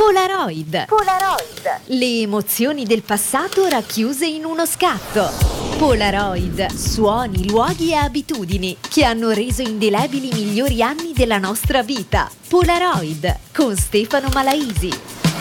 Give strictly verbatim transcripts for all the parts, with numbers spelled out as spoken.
Polaroid. Polaroid. Le emozioni del passato racchiuse in uno scatto. Polaroid. Suoni, luoghi e abitudini che hanno reso indelebili i migliori anni della nostra vita. Polaroid con Stefano Malaisi.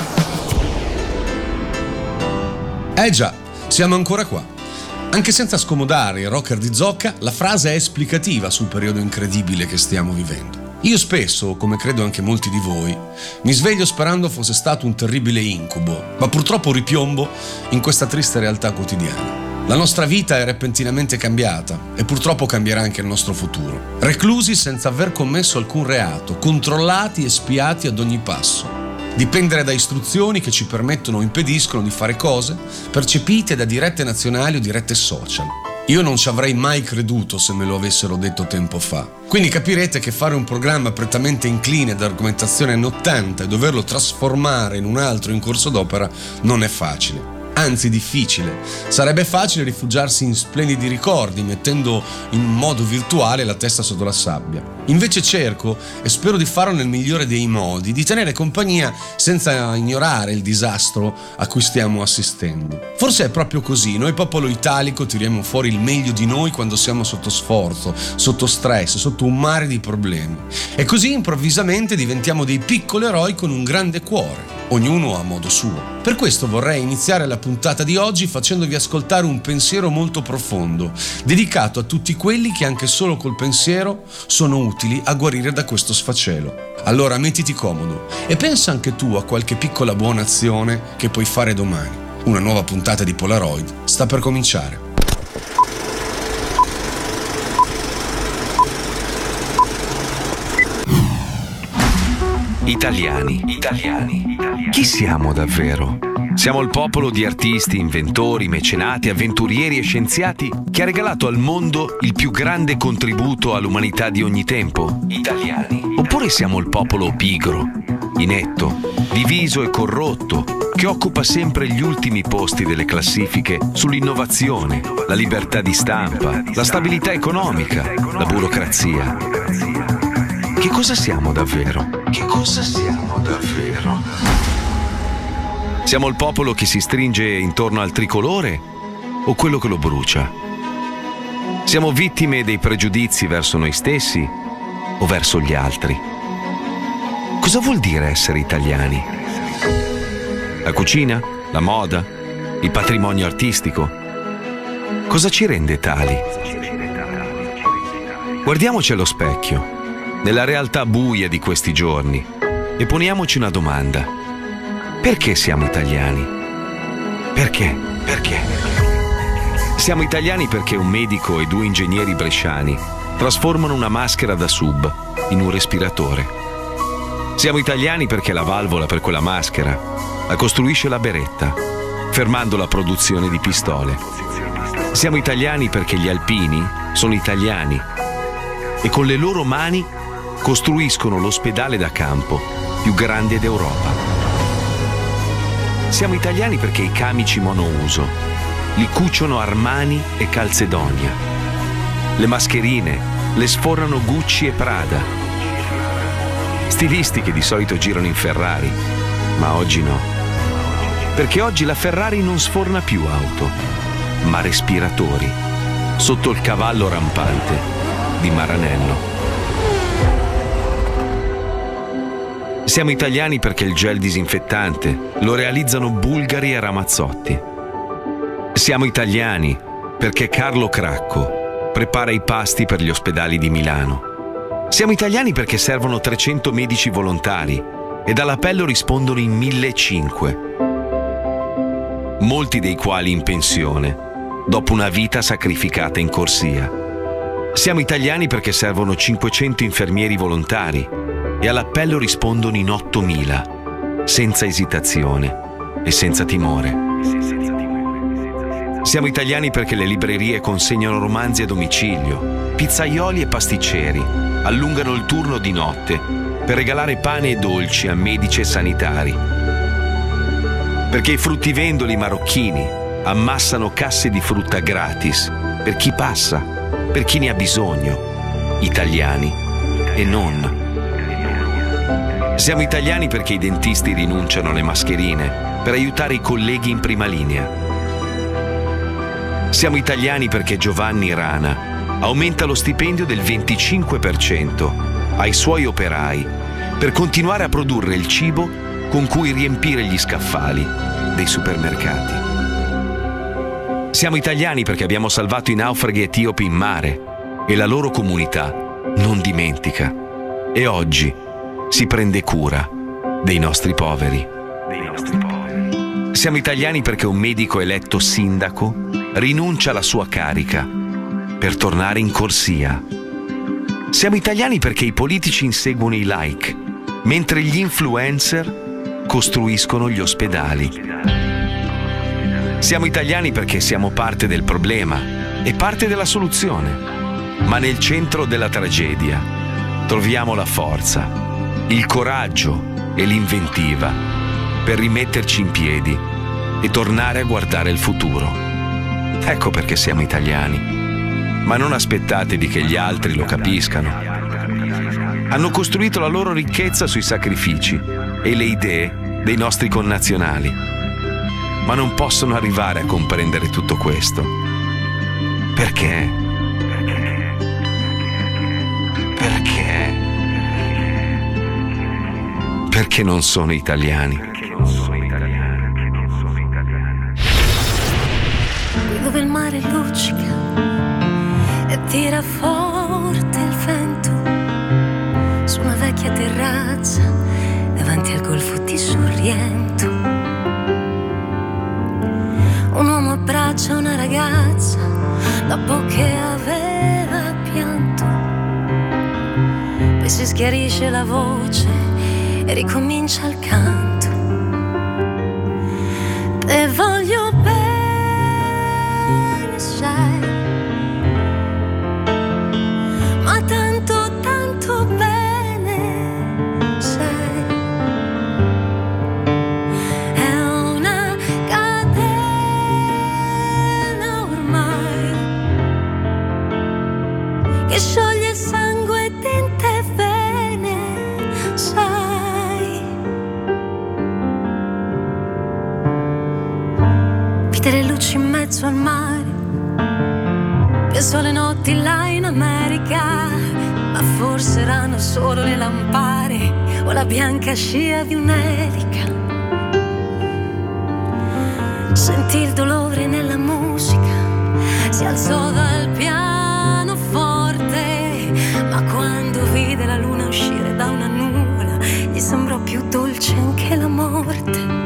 Eh già, siamo ancora qua. Anche senza scomodare il rocker di Zocca, la frase è esplicativa sul periodo incredibile che stiamo vivendo. Io spesso, come credo anche molti di voi, mi sveglio sperando fosse stato un terribile incubo, ma purtroppo ripiombo in questa triste realtà quotidiana. La nostra vita è repentinamente cambiata e purtroppo cambierà anche il nostro futuro. Reclusi senza aver commesso alcun reato, controllati e spiati ad ogni passo. Dipendere da istruzioni che ci permettono o impediscono di fare cose percepite da dirette nazionali o dirette social. Io non ci avrei mai creduto se me lo avessero detto tempo fa. Quindi capirete che fare un programma prettamente incline ad argomentazione anni ottanta e doverlo trasformare in un altro in corso d'opera non è facile. Anzi difficile. Sarebbe facile rifugiarsi in splendidi ricordi mettendo in modo virtuale la testa sotto la sabbia. Invece cerco, e spero di farlo nel migliore dei modi, di tenere compagnia senza ignorare il disastro a cui stiamo assistendo. Forse è proprio così, noi popolo italico tiriamo fuori il meglio di noi quando siamo sotto sforzo, sotto stress, sotto un mare di problemi. E così improvvisamente diventiamo dei piccoli eroi con un grande cuore. Ognuno a modo suo. Per questo vorrei iniziare la puntata di oggi facendovi ascoltare un pensiero molto profondo, dedicato a tutti quelli che anche solo col pensiero sono utili a guarire da questo sfacelo. Allora mettiti comodo e pensa anche tu a qualche piccola buona azione che puoi fare domani. Una nuova puntata di Polaroid sta per cominciare. Italiani, italiani, chi siamo davvero? Siamo il popolo di artisti, inventori, mecenati, avventurieri e scienziati che ha regalato al mondo il più grande contributo all'umanità di ogni tempo? Italiani. Oppure siamo il popolo pigro, inetto, diviso e corrotto, che occupa sempre gli ultimi posti delle classifiche sull'innovazione, la libertà di stampa, la stabilità economica, la burocrazia? Che cosa siamo davvero? Che cosa siamo davvero? Siamo il popolo che si stringe intorno al tricolore o quello che lo brucia? Siamo vittime dei pregiudizi verso noi stessi o verso gli altri? Cosa vuol dire essere italiani? La cucina? La moda? Il patrimonio artistico? Cosa ci rende tali? Guardiamoci allo specchio, nella realtà buia di questi giorni, e poniamoci una domanda: perché siamo italiani? Perché? Perché? Siamo italiani perché un medico e due ingegneri bresciani trasformano una maschera da sub in un respiratore. Siamo italiani perché la valvola per quella maschera la costruisce la Beretta, fermando la produzione di pistole. Siamo italiani perché gli alpini sono italiani e con le loro mani costruiscono l'ospedale da campo più grande d'Europa. Siamo italiani perché i camici monouso li cuciono Armani e Calzedonia. Le mascherine le sfornano Gucci e Prada. Stilisti che di solito girano in Ferrari, ma oggi no. Perché oggi la Ferrari non sforna più auto, ma respiratori, sotto il cavallo rampante di Maranello. Siamo italiani perché il gel disinfettante lo realizzano bulgari e ramazzotti. Siamo italiani perché Carlo Cracco prepara i pasti per gli ospedali di Milano. Siamo italiani perché servono trecento medici volontari e dall'appello rispondono in millecinquecento, molti dei quali in pensione, dopo una vita sacrificata in corsia. Siamo italiani perché servono cinquecento infermieri volontari e all'appello rispondono in ottomila, senza esitazione e senza timore. Siamo italiani perché le librerie consegnano romanzi a domicilio, pizzaioli e pasticceri allungano il turno di notte per regalare pane e dolci a medici e sanitari. Perché i fruttivendoli marocchini ammassano casse di frutta gratis per chi passa, per chi ne ha bisogno, italiani e non. Siamo italiani perché i dentisti rinunciano alle mascherine per aiutare i colleghi in prima linea. Siamo italiani perché Giovanni Rana aumenta lo stipendio del venticinque per cento ai suoi operai per continuare a produrre il cibo con cui riempire gli scaffali dei supermercati. Siamo italiani perché abbiamo salvato i naufraghi etiopi in mare e la loro comunità non dimentica e oggi si prende cura dei nostri poveri. Dei nostri poveri. Siamo italiani perché un medico eletto sindaco rinuncia alla sua carica per tornare in corsia. Siamo italiani perché i politici inseguono i like, mentre gli influencer costruiscono gli ospedali. Siamo italiani perché siamo parte del problema e parte della soluzione, ma nel centro della tragedia troviamo la forza, il coraggio e l'inventiva per rimetterci in piedi e tornare a guardare il futuro. Ecco perché siamo italiani. Ma non aspettatevi che gli altri lo capiscano. Hanno costruito la loro ricchezza sui sacrifici e le idee dei nostri connazionali. Ma non possono arrivare a comprendere tutto questo. Perché? Perché? Perché non sono italiani. Qui dove il mare luccica e tira forte il vento, su una vecchia terrazza davanti al golfo di Sorrento, un uomo abbraccia una ragazza dopo che aveva pianto, poi si schiarisce la voce e ricomincia il canto. Te voglio bene, sai, ma tanto, tanto bene, sai, è una catena ormai che scioglie sangue, tinta e vene, sai. Vite le luci in mezzo al mare, penso alle notti là in America, ma forse erano solo le lampare o la bianca scia di un'elica. Sentì il dolore nella musica, si alzò dal pianoforte, ma quando vide la luna uscire da una nuvola gli sembrò più dolce anche la morte.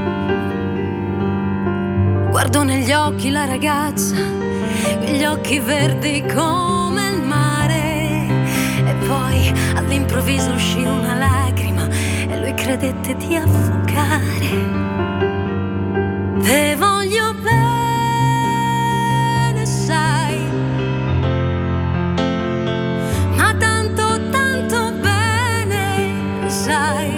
Guardò negli occhi la ragazza, quegli occhi verdi come il mare, e poi all'improvviso uscì una lacrima e lui credette di affogare. Te voglio bene, sai, ma tanto, tanto bene, sai.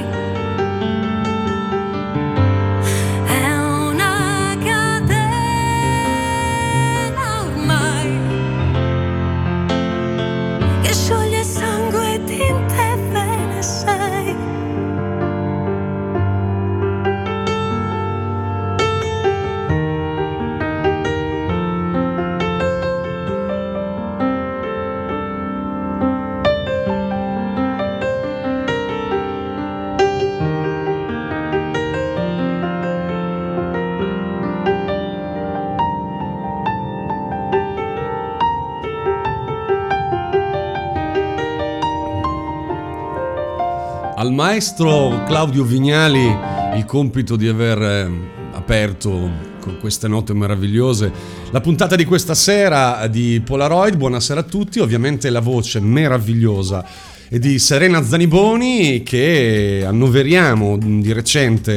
Al maestro Claudio Vignali il compito di aver aperto con queste note meravigliose la puntata di questa sera di Polaroid. Buonasera a tutti. Ovviamente la voce meravigliosa è di Serena Zaniboni, che annoveriamo di recente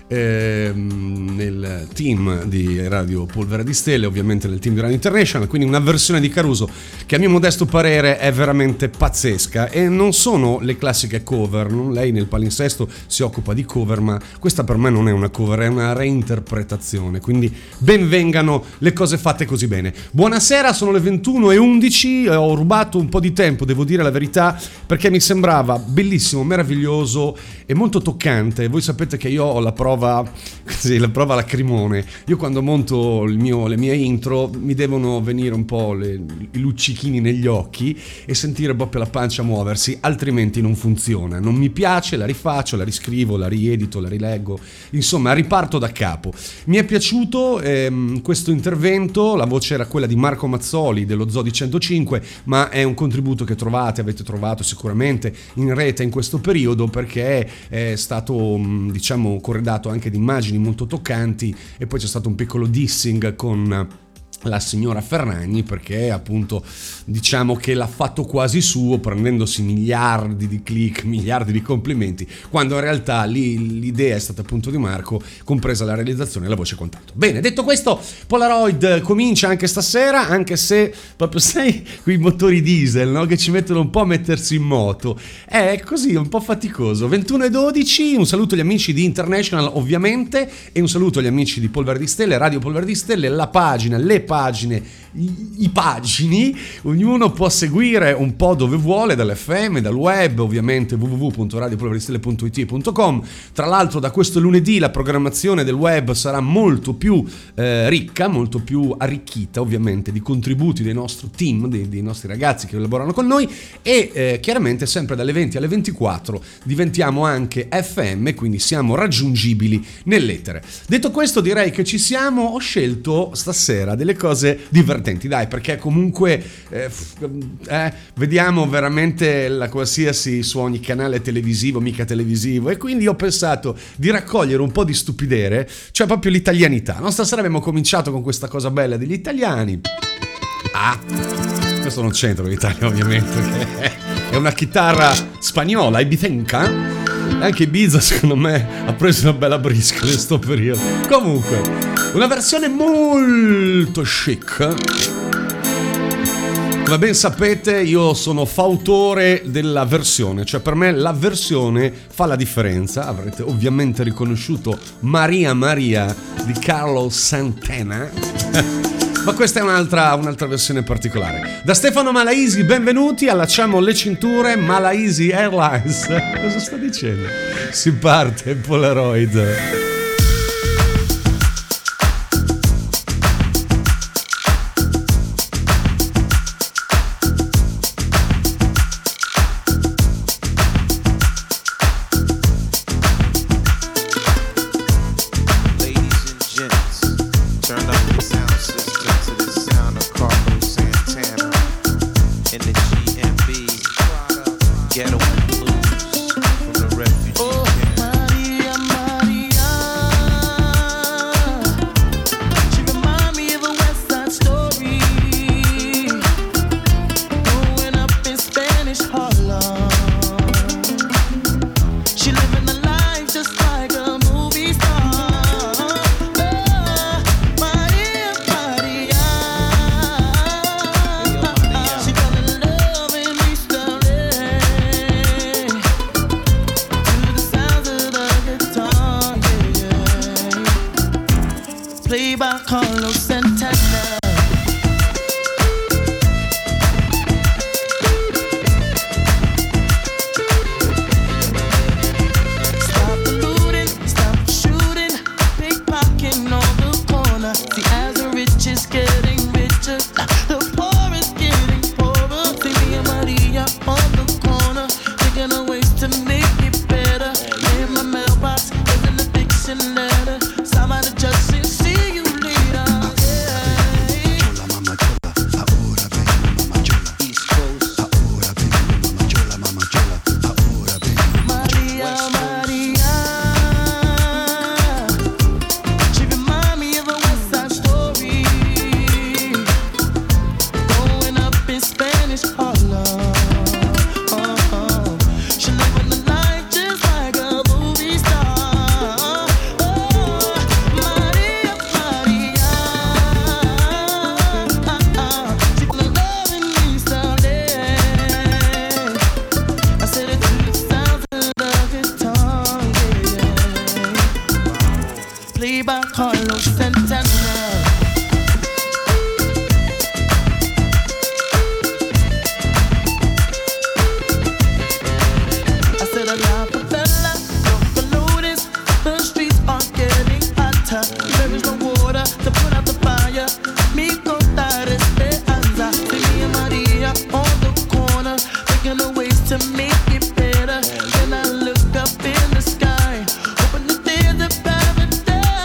ehm, nel team di Radio Polvere di Stelle, ovviamente nel team di Radio International, quindi una versione di Caruso che a mio modesto parere è veramente pazzesca, e non sono le classiche cover, no? Lei nel palinsesto si occupa di cover, ma questa per me non è una cover, è una reinterpretazione, quindi benvengano le cose fatte così bene. Buonasera, sono le ventuno e undici, ho rubato un po' di tempo, devo dire la verità, perché mi sembrava bellissimo, meraviglioso e molto toccante. Voi sapete che io ho la prova, così, la prova lacrimone. Io quando monto il mio, le mie intro mi devono venire un po' le, i luccichini negli occhi e sentire proprio la pancia muoversi, altrimenti non funziona. Non mi piace, la rifaccio, la riscrivo, la riedito, la rileggo, insomma riparto da capo. Mi è piaciuto ehm, questo intervento, la voce era quella di Marco Mazzoli dello Zoo di centocinque, ma è un contributo che trovate, avete trovato sicuramente in rete in questo periodo, perché è stato, diciamo, corredato anche di immagini molto toccanti, e poi c'è stato un piccolo dissing con la signora Ferragni, perché appunto diciamo che l'ha fatto quasi suo, prendendosi miliardi di click, miliardi di complimenti, quando in realtà lì l'idea è stata appunto di Marco, compresa la realizzazione e la voce e quant'altro. Bene, detto questo, Polaroid comincia anche stasera, anche se proprio sai quei motori diesel, no? Che ci mettono un po' a mettersi in moto, è così un po' faticoso. Ventuno e dodici, un saluto agli amici di International ovviamente, e un saluto agli amici di Polvere di Stelle, Radio Polvere di Stelle, la pagina, le pagine, i, i pagini, ognuno può seguire un po' dove vuole, dall'F M, dal web, ovviamente w w w punto radio polvere di stelle punto i t punto com. Tra l'altro da questo lunedì la programmazione del web sarà molto più eh, ricca, molto più arricchita ovviamente di contributi dei nostri team, dei, dei nostri ragazzi che lavorano con noi, e eh, chiaramente sempre dalle venti alle ventiquattro diventiamo anche F M, quindi siamo raggiungibili nell'etere. Detto questo, direi che ci siamo. Ho scelto stasera delle cose divertenti, dai, perché comunque eh, eh, vediamo veramente la qualsiasi su ogni canale televisivo, mica televisivo, e quindi ho pensato di raccogliere un po' di stupidere, cioè proprio l'italianità, no? Stasera abbiamo cominciato con questa cosa bella degli italiani. Ah, questo non c'entra l'Italia ovviamente, che è una chitarra spagnola, ibizenca. Anche Ibiza secondo me ha preso una bella brisca in questo periodo. Comunque, una versione molto chic. Come ben sapete, io sono fautore della versione, cioè per me la versione fa la differenza. Avrete ovviamente riconosciuto Maria Maria di Carlos Santana. Ma questa è un'altra, un'altra versione particolare. Da Stefano Malaisi, benvenuti, allacciamo le cinture, Malaisi Airlines. Cosa sta dicendo? Si parte, Polaroid. played by Carlos Santana. There is no water to put out the fire. Mi contar esperanza. See me and Maria on the corner, thinking of ways to make it better. Then I look up in the sky, hoping that there's a paradise.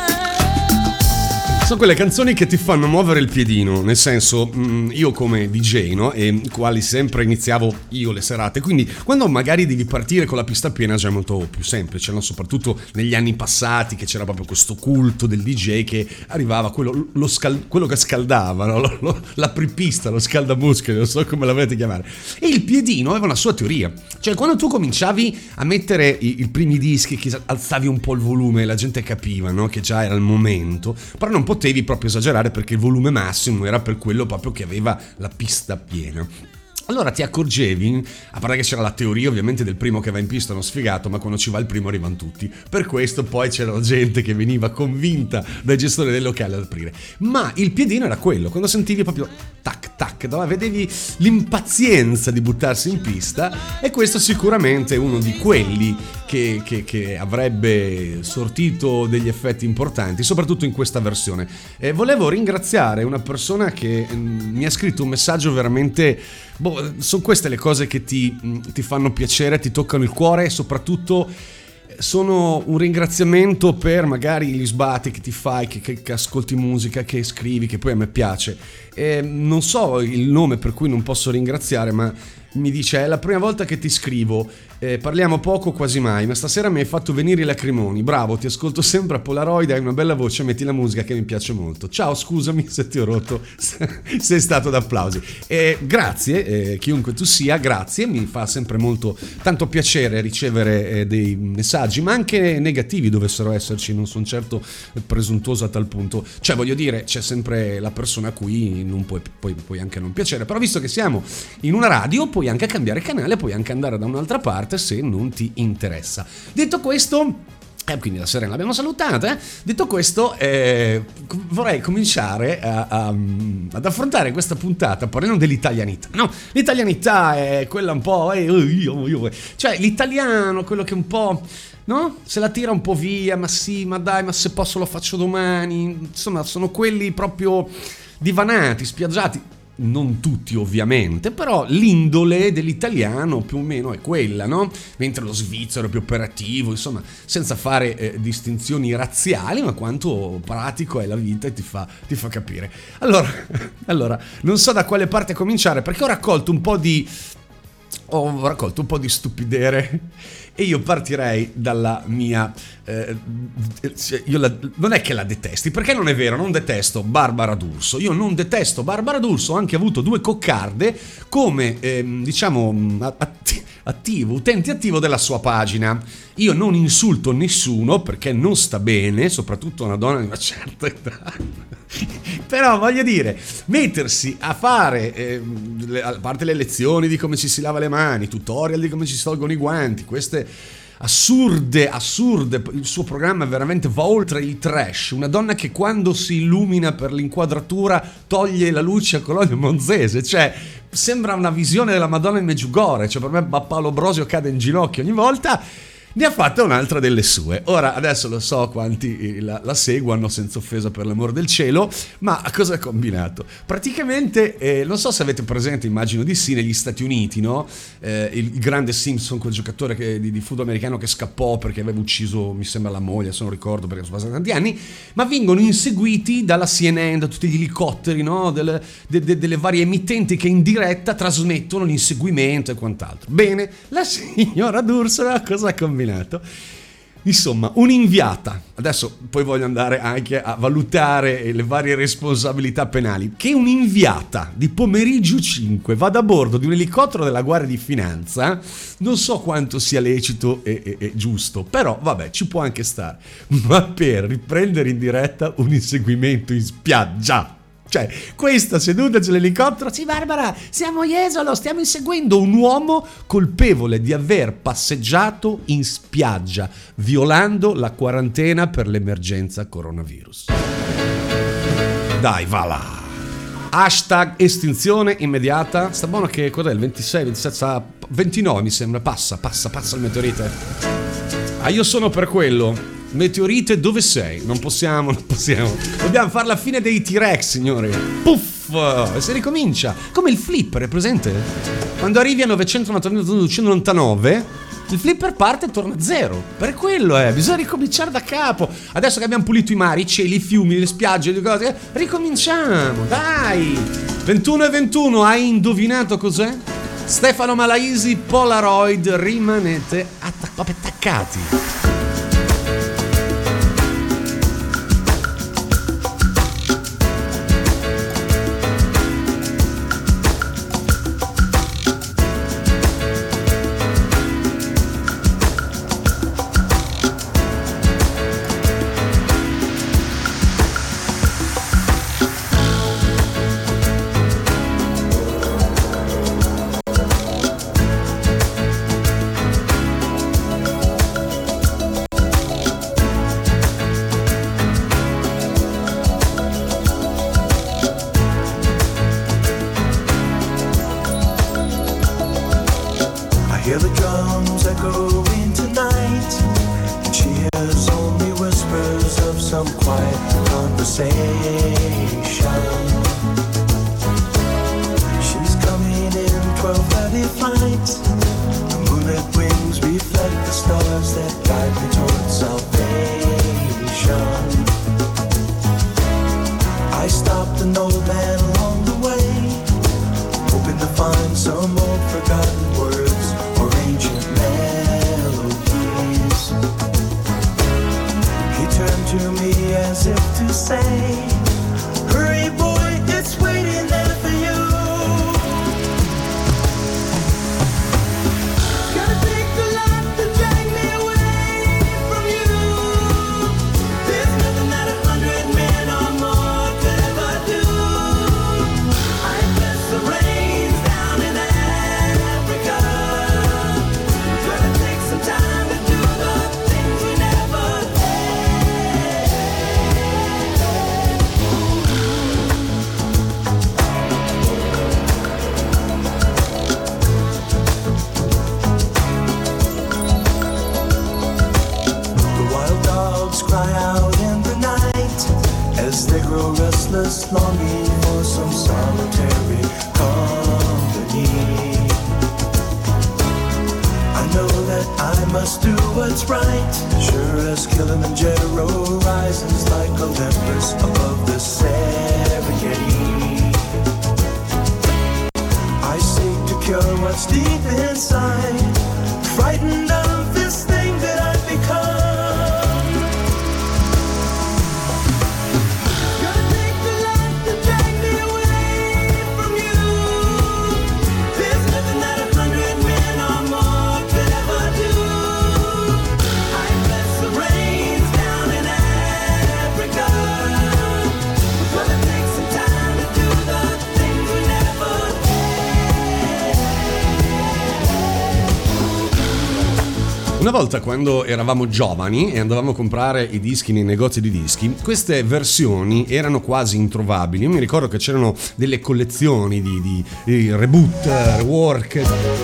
Sono quelle canzoni che ti fanno muovere il piedino, nel senso, io come D J, no? E quali sempre iniziavo io le serate, quindi quando magari devi partire con la pista piena già è molto più semplice, no? Soprattutto negli anni passati che c'era proprio questo culto del D J che arrivava, quello, lo scal- quello che scaldava, no? lo, lo, l'apripista, lo scaldamuscoli, non so come la volete chiamare, e il piedino aveva una sua teoria, cioè quando tu cominciavi a mettere i, i primi dischi, che alzavi un po' il volume, la gente capiva, no? Che già era il momento, però non potevi proprio esagerare perché il volume massimo era per quello proprio che aveva la pista piena. Allora ti accorgevi, a parte che c'era la teoria ovviamente del primo che va in pista è uno sfigato, ma quando ci va il primo arrivano tutti. Per questo poi c'era gente che veniva convinta dai gestori del locale ad aprire. Ma il piedino era quello, quando sentivi proprio tac tac, dove vedevi l'impazienza di buttarsi in pista, e questo sicuramente è uno di quelli che, che, che avrebbe sortito degli effetti importanti, soprattutto in questa versione. E volevo ringraziare una persona che mh, mi ha scritto un messaggio veramente... Boh, sono queste le cose che ti, ti fanno piacere, ti toccano il cuore, e soprattutto sono un ringraziamento per magari gli sbatti che ti fai, che, che, che ascolti musica, che scrivi, che poi a me piace. E non so il nome per cui non posso ringraziare, ma mi dice: è la prima volta che ti scrivo, eh, parliamo poco quasi mai, ma stasera mi hai fatto venire i lacrimoni, bravo, ti ascolto sempre a Polaroid, hai una bella voce, metti la musica che mi piace molto, ciao, scusami se ti ho rotto, sei stato d'applausi. E grazie, eh, chiunque tu sia, grazie, mi fa sempre molto tanto piacere ricevere eh, dei messaggi, ma anche negativi dovessero esserci, non sono certo presuntuoso a tal punto, cioè voglio dire, c'è sempre la persona a cui non puoi, puoi, puoi anche non piacere, però visto che siamo in una radio puoi anche cambiare canale, puoi anche andare da un'altra parte se non ti interessa. Detto questo, eh, quindi la sera l'abbiamo salutata, eh? Detto questo, eh, vorrei cominciare a, a, ad affrontare questa puntata parlando dell'italianità. No, l'italianità è quella un po', eh, io, io, cioè l'italiano, quello che un po', no? Se la tira un po' via, ma sì, ma dai, ma se posso lo faccio domani. Insomma, sono quelli proprio divanati, spiaggiati. Non tutti ovviamente, però l'indole dell'italiano più o meno è quella, no? Mentre lo svizzero è più operativo, insomma, senza fare eh, distinzioni razziali, ma quanto pratico è la vita e ti fa, ti fa capire. Allora, allora, non so da quale parte cominciare, perché ho raccolto un po' di... ho raccolto un po' di stupidere e io partirei dalla mia eh, io la, non è che la detesti, perché non è vero, non detesto Barbara D'Urso, io non detesto Barbara D'Urso, ho anche avuto due coccarde come eh, diciamo atti, attivo, utente attivo della sua pagina. Io non insulto nessuno perché non sta bene, soprattutto una donna di una certa età. Però voglio dire, mettersi a fare eh, a parte le lezioni di come ci si lava le mani, tutorial di come ci si tolgono i guanti, queste assurde, assurde, il suo programma veramente va oltre il trash. Una donna che quando si illumina per l'inquadratura toglie la luce a Cologno Monzese, cioè sembra una visione della Madonna in Meggiugorje, cioè per me Paolo Brosio cade in ginocchio ogni volta. Ne ha fatta un'altra delle sue. Ora, adesso lo so quanti la, la seguono, senza offesa per l'amor del cielo, ma cosa ha combinato? Praticamente, eh, non so se avete presente, immagino di sì, negli Stati Uniti, no? Eh, il, il grande Simpson, quel giocatore che, di, di football americano che scappò perché aveva ucciso, mi sembra, la moglie, se non ricordo perché sono passati tanti anni, ma vengono inseguiti dalla C N N, da tutti gli elicotteri, no? Delle, de, de, delle varie emittenti che in diretta trasmettono l'inseguimento e quant'altro. Bene, la signora D'Urso cosa ha combinato? Insomma, un'inviata, adesso poi voglio andare anche a valutare le varie responsabilità penali, che un'inviata di Pomeriggio cinque vada a bordo di un elicottero della Guardia di Finanza, non so quanto sia lecito e, e, e giusto, però vabbè, ci può anche stare, ma per riprendere in diretta un inseguimento in spiaggia, Cioè, questa seduta sull'elicottero, sì Barbara, siamo Jesolo, stiamo inseguendo un uomo colpevole di aver passeggiato in spiaggia, violando la quarantena per l'emergenza coronavirus. Dai, va là. Hashtag estinzione immediata. Sta buono che, cos'è, il ventisei, ventisette, sta, ventinove mi sembra, passa, passa, passa il meteorite. Ah, io sono per quello. Meteorite, dove sei? Non possiamo, non possiamo. Dobbiamo fare la fine dei T-Rex, signori. Puff! E si ricomincia. Come il flipper, è presente? Quando arrivi a novecentonovantanove, il flipper parte e torna a zero. Per quello è, bisogna ricominciare da capo. Adesso che abbiamo pulito i mari, i cieli, i fiumi, le spiagge, le cose, ricominciamo, dai. ventuno e ventuno, hai indovinato cos'è? Stefano Malaisi, Polaroid, rimanete attac- attaccati. Una volta, quando eravamo giovani e andavamo a comprare i dischi nei negozi di dischi, queste versioni erano quasi introvabili. Io mi ricordo che c'erano delle collezioni di, di, di reboot, rework,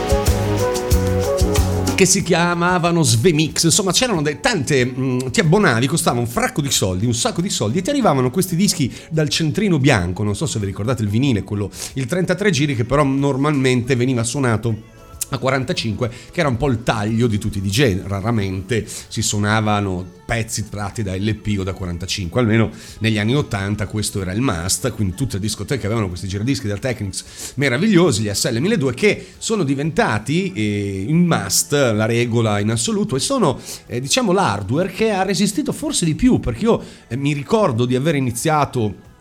che si chiamavano Svemix, insomma c'erano de- tante, mh, ti abbonavi, costava un fracco di soldi, un sacco di soldi, e ti arrivavano questi dischi dal centrino bianco, non so se vi ricordate il vinile, quello, il trentatré giri, che però normalmente veniva suonato a quarantacinque, che era un po' il taglio di tutti i D J. Raramente si suonavano pezzi tratti da L P o da quarantacinque, almeno negli anni ottanta questo era il must, quindi tutte le discoteche avevano questi giradischi da Technics meravigliosi, gli S L milleduecento, che sono diventati eh, il must, la regola in assoluto, e sono eh, diciamo l'hardware che ha resistito forse di più, perché io eh, mi ricordo di aver iniziato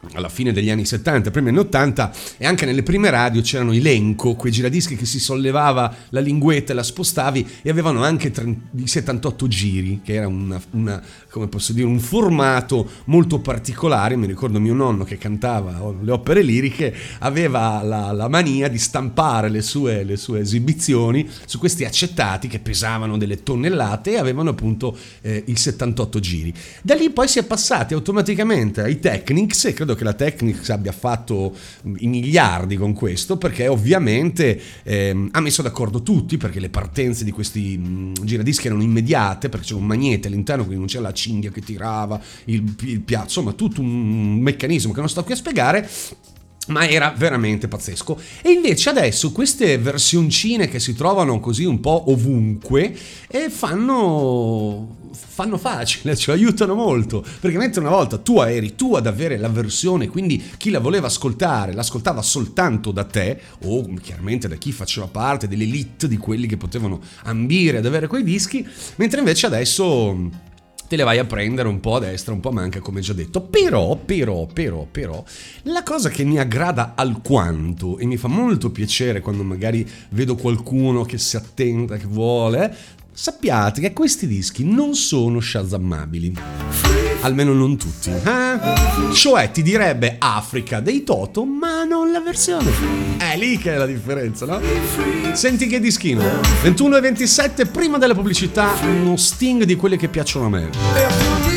alla fine degli anni settanta, primi anni ottanta, e anche nelle prime radio c'erano i Lenco, quei giradischi che si sollevava la linguetta e la spostavi, e avevano anche i settantotto giri, che era una, una, come posso dire, un formato molto particolare. Mi ricordo mio nonno che cantava le opere liriche, aveva la, la mania di stampare le sue, le sue esibizioni su questi acetati che pesavano delle tonnellate e avevano appunto eh, il settantotto giri. Da lì poi si è passati automaticamente ai Technics, e credo che la Technics abbia fatto i miliardi con questo, perché ovviamente ehm, ha messo d'accordo tutti, perché le partenze di questi mh, giradischi erano immediate, perché c'era un magnete all'interno, quindi non c'era la cinghia che tirava il, il piatto, insomma tutto un meccanismo che non sto qui a spiegare, ma era veramente pazzesco. E invece adesso queste versioncine che si trovano così un po' ovunque e fanno fanno facile, ci aiutano molto, perché mentre una volta tu eri tu ad avere la versione, quindi chi la voleva ascoltare l'ascoltava soltanto da te, o chiaramente da chi faceva parte dell'elite di quelli che potevano ambire ad avere quei dischi, mentre invece adesso te le vai a prendere un po' a destra, un po' a manca, come già detto. Però, però, però, però, la cosa che mi aggrada alquanto, e mi fa molto piacere quando magari vedo qualcuno che si attenta, che vuole, sappiate che questi dischi non sono shazammabili. Almeno non tutti. Eh? Cioè, ti direbbe Africa dei Toto, ma non la versione. È lì che è la differenza, no? Senti che dischino. ventuno e ventisette, prima della pubblicità, uno sting di quelli che piacciono a me.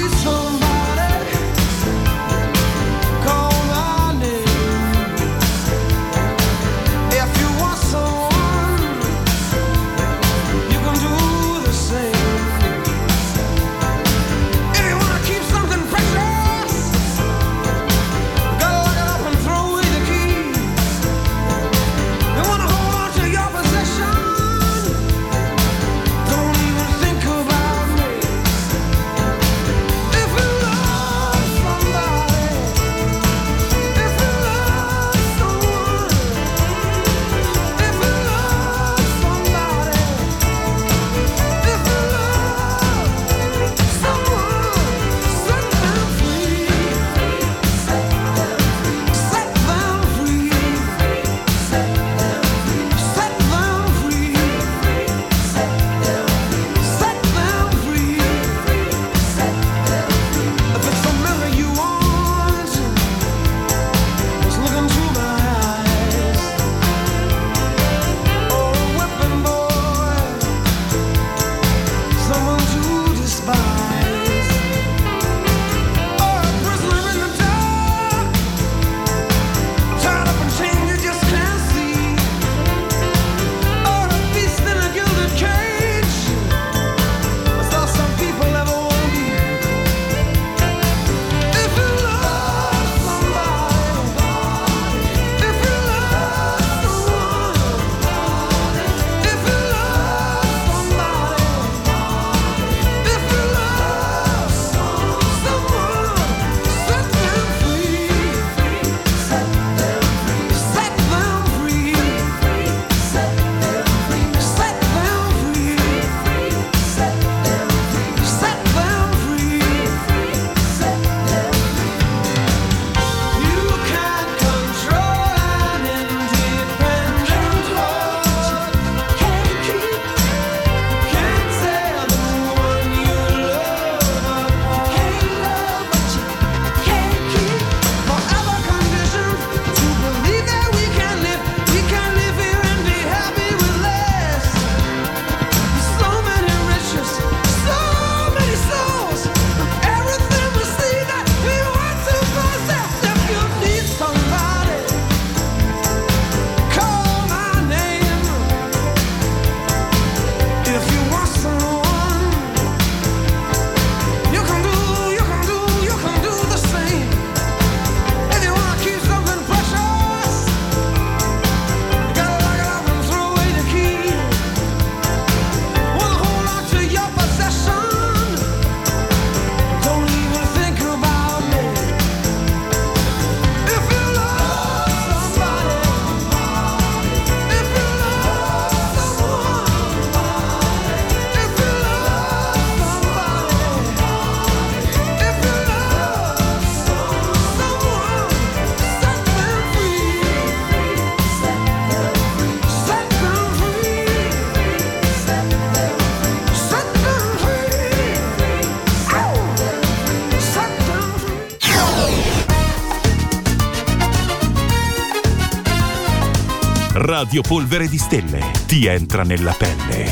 Radio Polvere di Stelle ti entra nella pelle.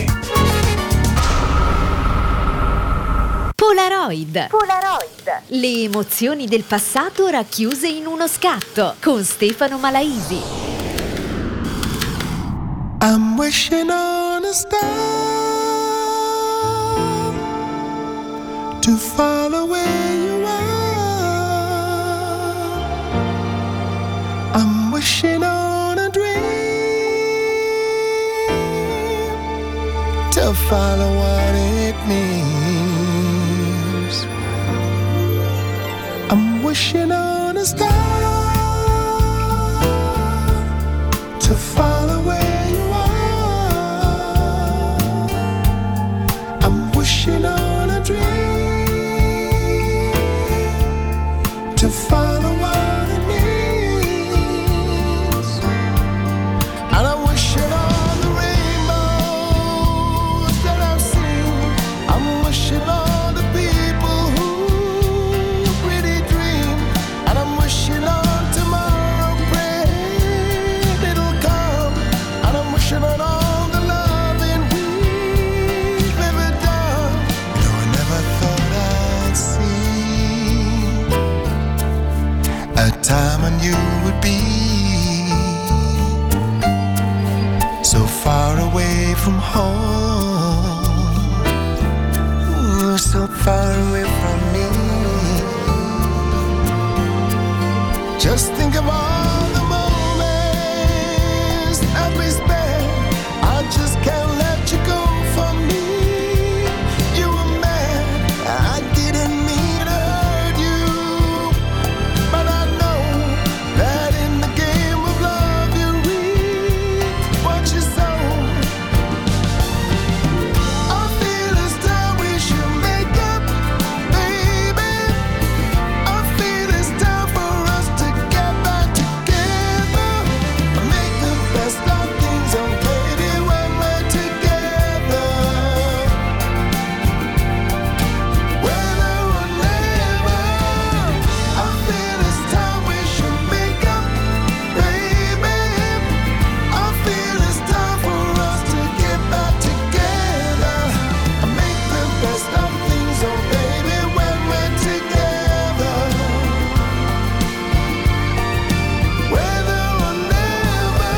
Polaroid. Polaroid. Le emozioni del passato racchiuse in uno scatto con Stefano Malaisi. I'm wishing on a star to follow where you are. I'm wishing on a dream to follow what it means. I'm wishing on a star to follow where you are. I'm wishing on a dream to follow what it means. And I'm wishing on the rainbows that I've seen. I'm wishing on the people who really dream. And I'm wishing on tomorrow, praying it'll come. And I'm wishing on all the loving we've ever done. No, I never thought I'd see a time when you would be so far away from home, ooh, so far away from me. Just think of all the moments that we spent. I just can't let you go from me. You were mad, I didn't mean to hurt you, but I know that in the game of love you reap what you sow. I feel it's time we should make up, baby. I feel it's time for us to get back together. Make the best of things, oh baby, when we're together. Whether or never, I feel it's time we should make up, baby. I feel it's time for us to get back together. Make the best of things, oh baby, when we're together. Whether or never.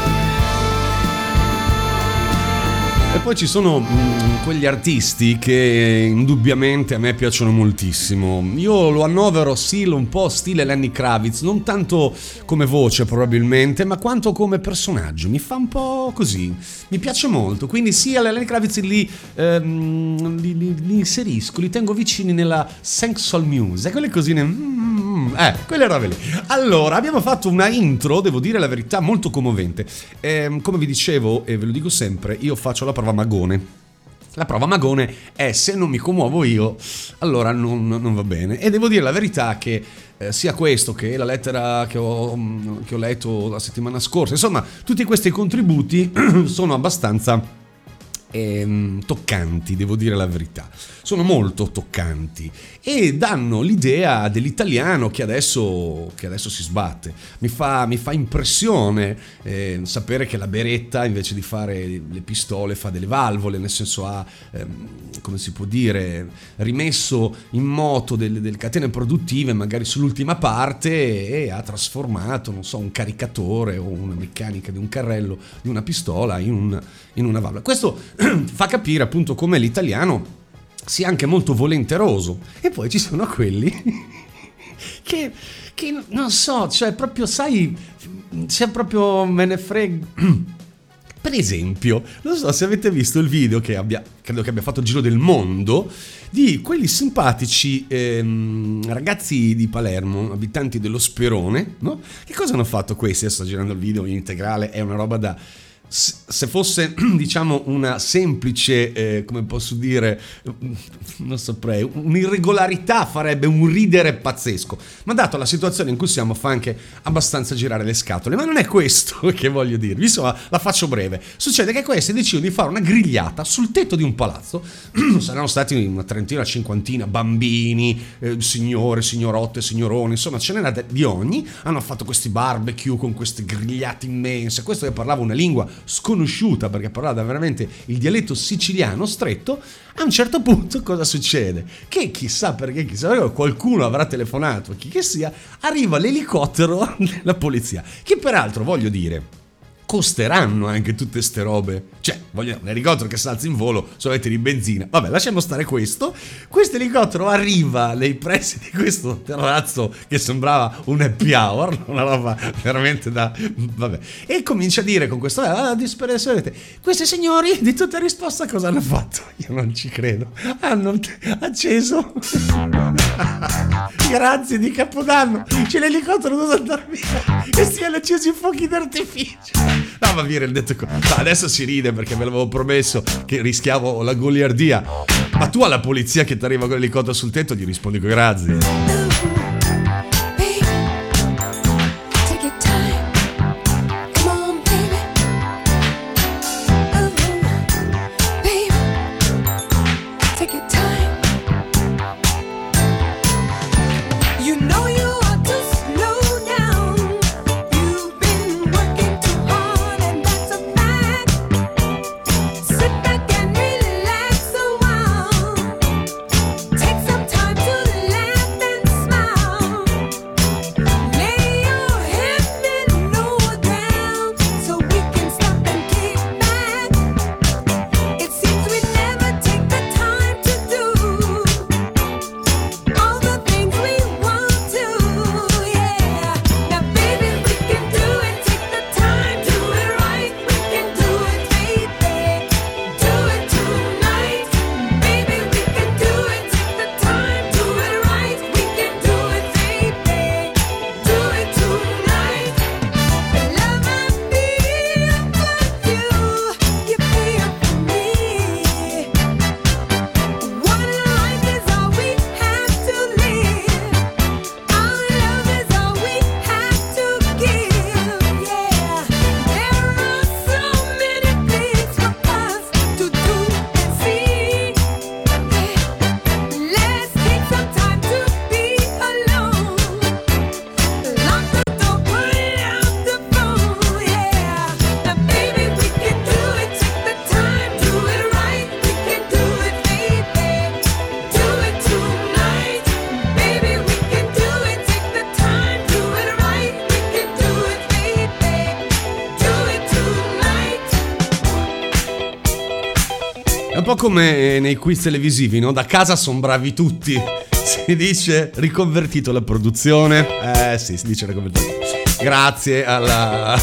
E poi ci sono mm, quegli artisti che indubbiamente a me piacciono moltissimo. Io lo annovero sì un po' stile Lenny Kravitz, non tanto come voce probabilmente, ma quanto come personaggio. Mi fa un po' così, mi piace molto. Quindi sì, alla Lenny Kravitz li, ehm, li, li- li inserisco, li tengo vicini nella sensual music, quelle cosine. mm, eh, quelle robe lì. Allora, abbiamo fatto una intro, devo dire la verità, molto commovente. Ehm, come vi dicevo, e ve lo dico sempre, io faccio la prova magone. La prova magone è se non mi commuovo io, allora non, non va bene. E devo dire la verità che eh, sia questo che la lettera che ho, che ho letto la settimana scorsa, insomma, tutti questi contributi sono abbastanza ehm, toccanti, devo dire la verità. Sono molto toccanti e danno l'idea dell'italiano che adesso, che adesso si sbatte. Mi fa, mi fa impressione eh, sapere che la Beretta, invece di fare le pistole, fa delle valvole, nel senso ha, ehm, come si può dire, rimesso in moto delle, delle catene produttive magari sull'ultima parte e ha trasformato, non so, un caricatore o una meccanica di un carrello di una pistola in, un, in una valvola. Questo fa capire appunto come l'italiano sia anche molto volenteroso. E poi ci sono quelli che, che non so, cioè proprio sai, c'è proprio me ne frega. Per esempio, non so se avete visto il video che abbia, credo che abbia fatto il giro del mondo, di quelli simpatici ehm, ragazzi di Palermo, abitanti dello Sperone, no? Che cosa hanno fatto questi? Adesso sto girando il video in integrale, è una roba da se fosse, diciamo, una semplice, eh, come posso dire, non saprei, un'irregolarità farebbe un ridere pazzesco, ma dato la situazione in cui siamo fa anche abbastanza girare le scatole. Ma non è questo che voglio dirvi, insomma, la faccio breve. Succede che questi decidono di fare una grigliata sul tetto di un palazzo. Saranno stati una trentina, cinquantina bambini, eh, signore, signorotte, signoroni, insomma ce n'era di ogni. Hanno fatto questi barbecue con queste grigliate immense, questo che parlava una lingua sconosciuta perché parlava veramente il dialetto siciliano stretto. A un certo punto cosa succede? Che chissà perché, chissà perché qualcuno avrà telefonato, chi che sia, arriva l'elicottero della polizia, che peraltro, voglio dire, costeranno anche tutte ste robe. Cioè, voglio un elicottero che salza in volo, solamente di benzina. Vabbè, lasciamo stare questo. Questo elicottero arriva nei pressi di questo terrazzo che sembrava un happy hour, una roba veramente da... vabbè. E comincia a dire con questo... Ah, disperazione. Questi signori, di tutta risposta, cosa hanno fatto? Io non ci credo. Hanno acceso... Grazie di Capodanno. C'è l'elicottero, dove andare via. E si hanno accesi i fuochi d'artificio. No, ma vi rendete conto? No, adesso si ride perché ve l'avevo promesso che rischiavo la goliardia. Ma tu alla polizia che ti arriva con l'elicottero sul tetto gli rispondi con grazie. Un po' come nei quiz televisivi, no? Da casa son bravi tutti. Si dice riconvertito la produzione. Eh sì, si dice riconvertito. Grazie alla...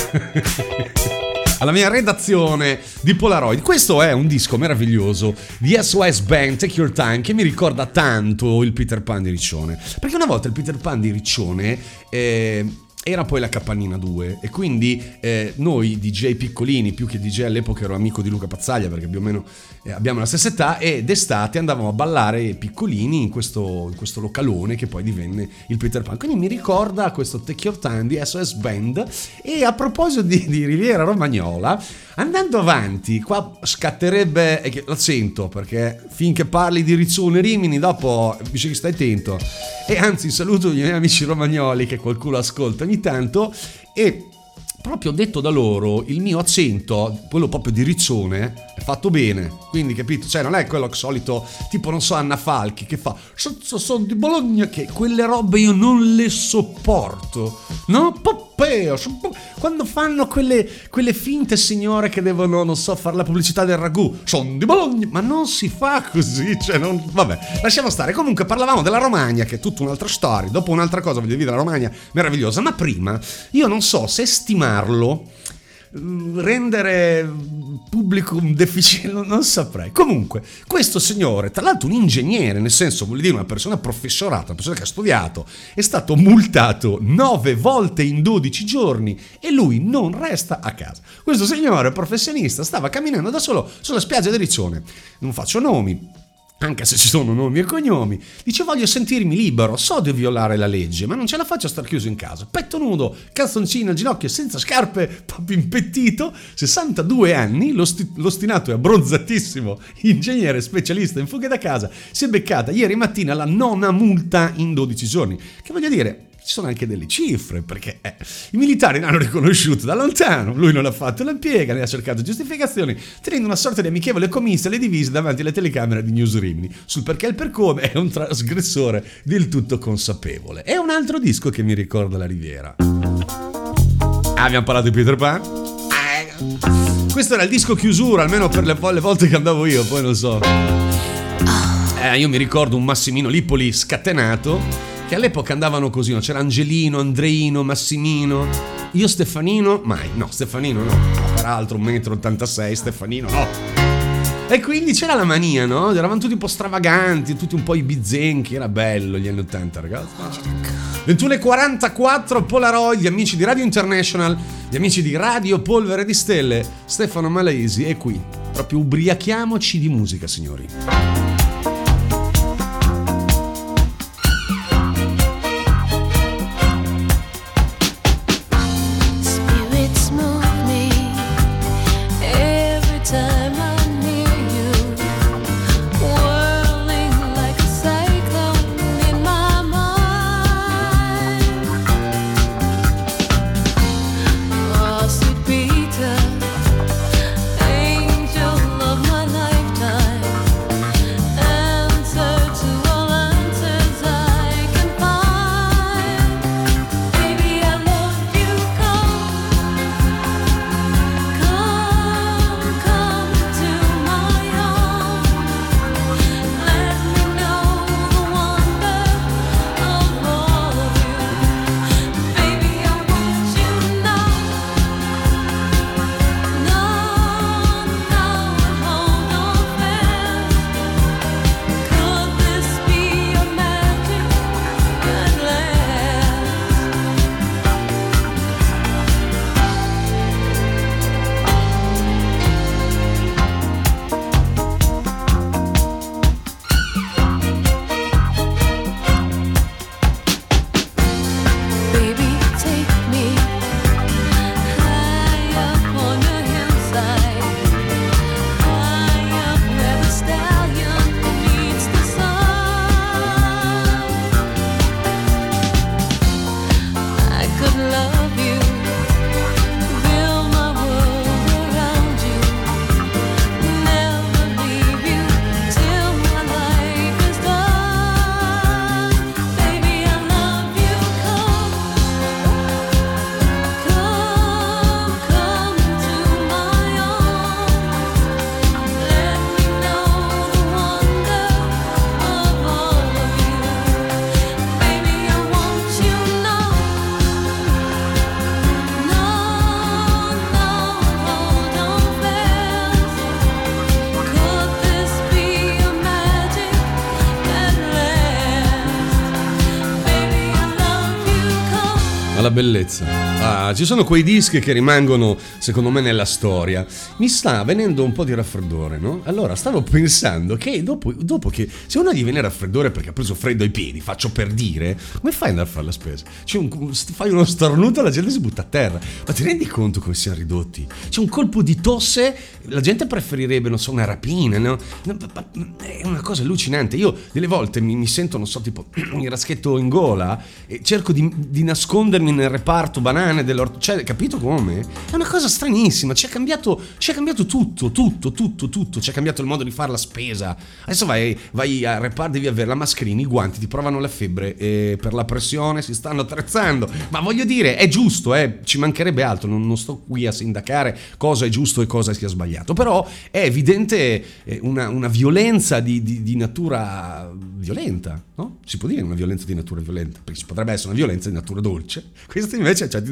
alla mia redazione di Polaroid. Questo è un disco meraviglioso di S O S Band, Take Your Time, che mi ricorda tanto il Peter Pan di Riccione. Perché una volta il Peter Pan di Riccione... Eh, era poi la Capannina due e quindi eh, noi D J piccolini, più che D J all'epoca ero amico di Luca Pazzaglia perché più o meno eh, abbiamo la stessa età, e d'estate andavamo a ballare piccolini in questo, in questo localone che poi divenne il Peter Pan. Quindi mi ricorda questo Take Your Time di S O S Band. E a proposito di, di Riviera Romagnola, andando avanti qua scatterebbe, e lo sento perché finché parli di Riccione Rimini dopo dice che stai attento. E anzi saluto i miei amici romagnoli che qualcuno ascolta ogni tanto, e proprio detto da loro il mio accento, quello proprio di Riccione, è fatto bene, quindi capito, cioè non è quello solito tipo non so Anna Falchi che fa sono di Bologna, che quelle robe io non le sopporto, no? Poppeo, quando fanno quelle, quelle finte signore che devono non so fare la pubblicità del ragù, sono di Bologna, ma non si fa così, cioè non, vabbè, lasciamo stare. Comunque parlavamo della Romagna, che è tutta un'altra storia, dopo un'altra cosa voglio dire, la Romagna meravigliosa, ma prima io non so se stimarlo, rendere publicum deficient, non saprei. Comunque, questo signore, tra l'altro un ingegnere, nel senso, vuol dire una persona professorata, una persona che ha studiato, è stato multato nove volte in dodici giorni e lui non resta a casa. Questo signore professionista stava camminando da solo sulla spiaggia di Riccione. Non faccio nomi, anche se ci sono nomi e cognomi. Dice: voglio sentirmi libero, so di violare la legge, ma non ce la faccio a star chiuso in casa. Petto nudo, calzoncino al ginocchio, senza scarpe, proprio impettito, sessantadue anni, l'osti- l'ostinato e abbronzatissimo ingegnere specialista in fughe da casa si è beccata ieri mattina la nona multa in dodici giorni. Che voglio dire, ci sono anche delle cifre, perché eh, i militari l'hanno riconosciuto da lontano, lui non l'ha fatto, la piega, ne ha cercato giustificazioni, tenendo una sorta di amichevole comizia alle divise davanti alle telecamere di News Rimini, sul perché e il per come è un trasgressore del tutto consapevole. È un altro disco che mi ricorda la Riviera. Ah, abbiamo parlato di Peter Pan? Ah, questo era il disco chiusura, almeno per le, le volte che andavo io, poi non so. Eh, io mi ricordo un Massimino Lipoli scatenato, che all'epoca andavano così, no? C'era Angelino, Andreino, Massimino, io Stefanino, mai, no, Stefanino no, no, peraltro un metro ottantasei, Stefanino no. E quindi c'era la mania, no? Eravamo tutti un po' stravaganti, tutti un po' ibizenchi, era bello gli anni ottanta, ragazzi. ventuno e quarantaquattro, Polaroid, gli amici di Radio International, gli amici di Radio Polvere di Stelle, Stefano Malaisi è qui, proprio ubriachiamoci di musica, signori. La bellezza. Ah, ci sono quei dischi che rimangono, secondo me, nella storia. Mi sta venendo un po' di raffreddore, no? Allora, stavo pensando che dopo, dopo che se uno gli viene raffreddore perché ha preso freddo ai piedi, faccio per dire, come fai ad andare a fare la spesa? C'è un, fai uno starnuto e la gente si butta a terra. Ma ti rendi conto come siamo ridotti? C'è un colpo di tosse, la gente preferirebbe, non so, una rapina, no? È una cosa allucinante. Io delle volte mi, mi sento, non so, tipo un raschetto in gola e cerco di, di nascondermi nel reparto banane dell'orto, cioè, capito come? È una cosa stranissima, ci è cambiato, ci è cambiato tutto, tutto, tutto, tutto, ci è cambiato il modo di fare la spesa. Adesso vai, vai a reparto, devi avere la mascherina, i guanti, ti provano la febbre e per la pressione si stanno attrezzando. Ma voglio dire, è giusto, eh, ci mancherebbe altro, non, non sto qui a sindacare cosa è giusto e cosa sia sbagliato, però è evidente una, una violenza di, di, di natura violenta, no? Si può dire una violenza di natura violenta, perché ci potrebbe essere una violenza di natura dolce. Questo invece, cioè, ti dà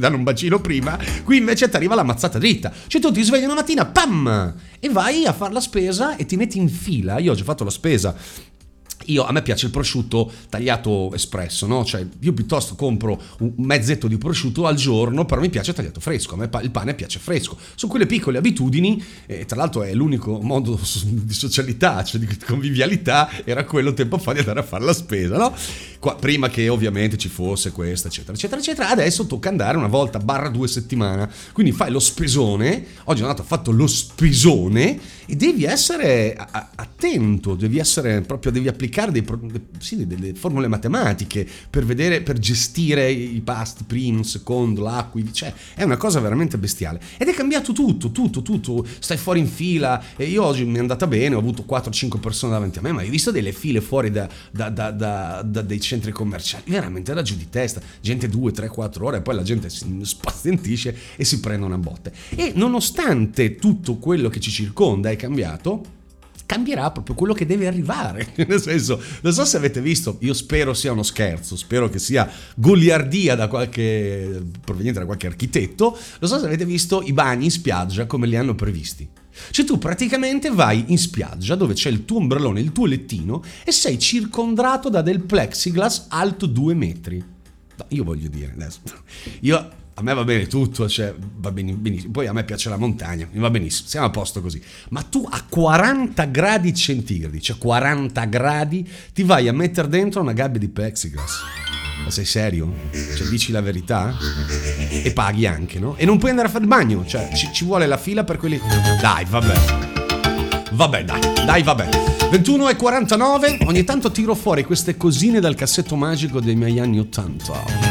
danno un bacino prima, qui invece ti arriva la mazzata dritta, cioè tu ti svegli una mattina, pam, e vai a fare la spesa e ti metti in fila. Io oggi ho fatto la spesa. Io, a me piace il prosciutto tagliato espresso, no? Cioè io piuttosto compro un mezzetto di prosciutto al giorno, però mi piace tagliato fresco, a me il pane piace fresco. Sono quelle piccole abitudini, e tra l'altro è l'unico modo di socialità, cioè di convivialità, era quello tempo fa di andare a fare la spesa, no? Qua, prima che ovviamente ci fosse questa, eccetera, eccetera, eccetera. Adesso tocca andare una volta barra due settimana, quindi fai lo spesone. Oggi sono andato, ho fatto lo spesone e devi essere attento, devi essere proprio, devi applicare Dei, sì, delle formule matematiche per vedere, per gestire i pasti, primo, secondo, l'acqua, cioè è una cosa veramente bestiale ed è cambiato tutto, tutto, tutto. Stai fuori in fila e io oggi mi è andata bene, ho avuto quattro cinque persone davanti a me, ma hai visto delle file fuori da, da, da, da, da dei centri commerciali, veramente da giù di testa, gente due, tre, quattro ore e poi la gente si spazientisce e si prende una botte. E nonostante tutto quello che ci circonda è cambiato, cambierà proprio quello che deve arrivare. Nel senso, non so se avete visto, io spero sia uno scherzo, spero che sia goliardia da qualche, proveniente da qualche architetto, non so se avete visto i bagni in spiaggia come li hanno previsti. Cioè tu praticamente vai in spiaggia dove c'è il tuo ombrellone, il tuo lettino e sei circondato da del plexiglass alto due metri. No, io voglio dire adesso, io... A me va bene tutto, cioè va benissimo, poi a me piace la montagna, mi va benissimo, siamo a posto così. Ma tu a quaranta gradi centigradi, cioè quaranta gradi, ti vai a mettere dentro una gabbia di plexiglass. Ma sei serio? Cioè dici la verità? E paghi anche, no? E non puoi andare a fare il bagno, cioè ci, ci vuole la fila per quelli... Dai, vabbè. Vabbè, dai, dai, vabbè. ventuno e quarantanove, ogni tanto tiro fuori queste cosine dal cassetto magico dei miei anni ottanta.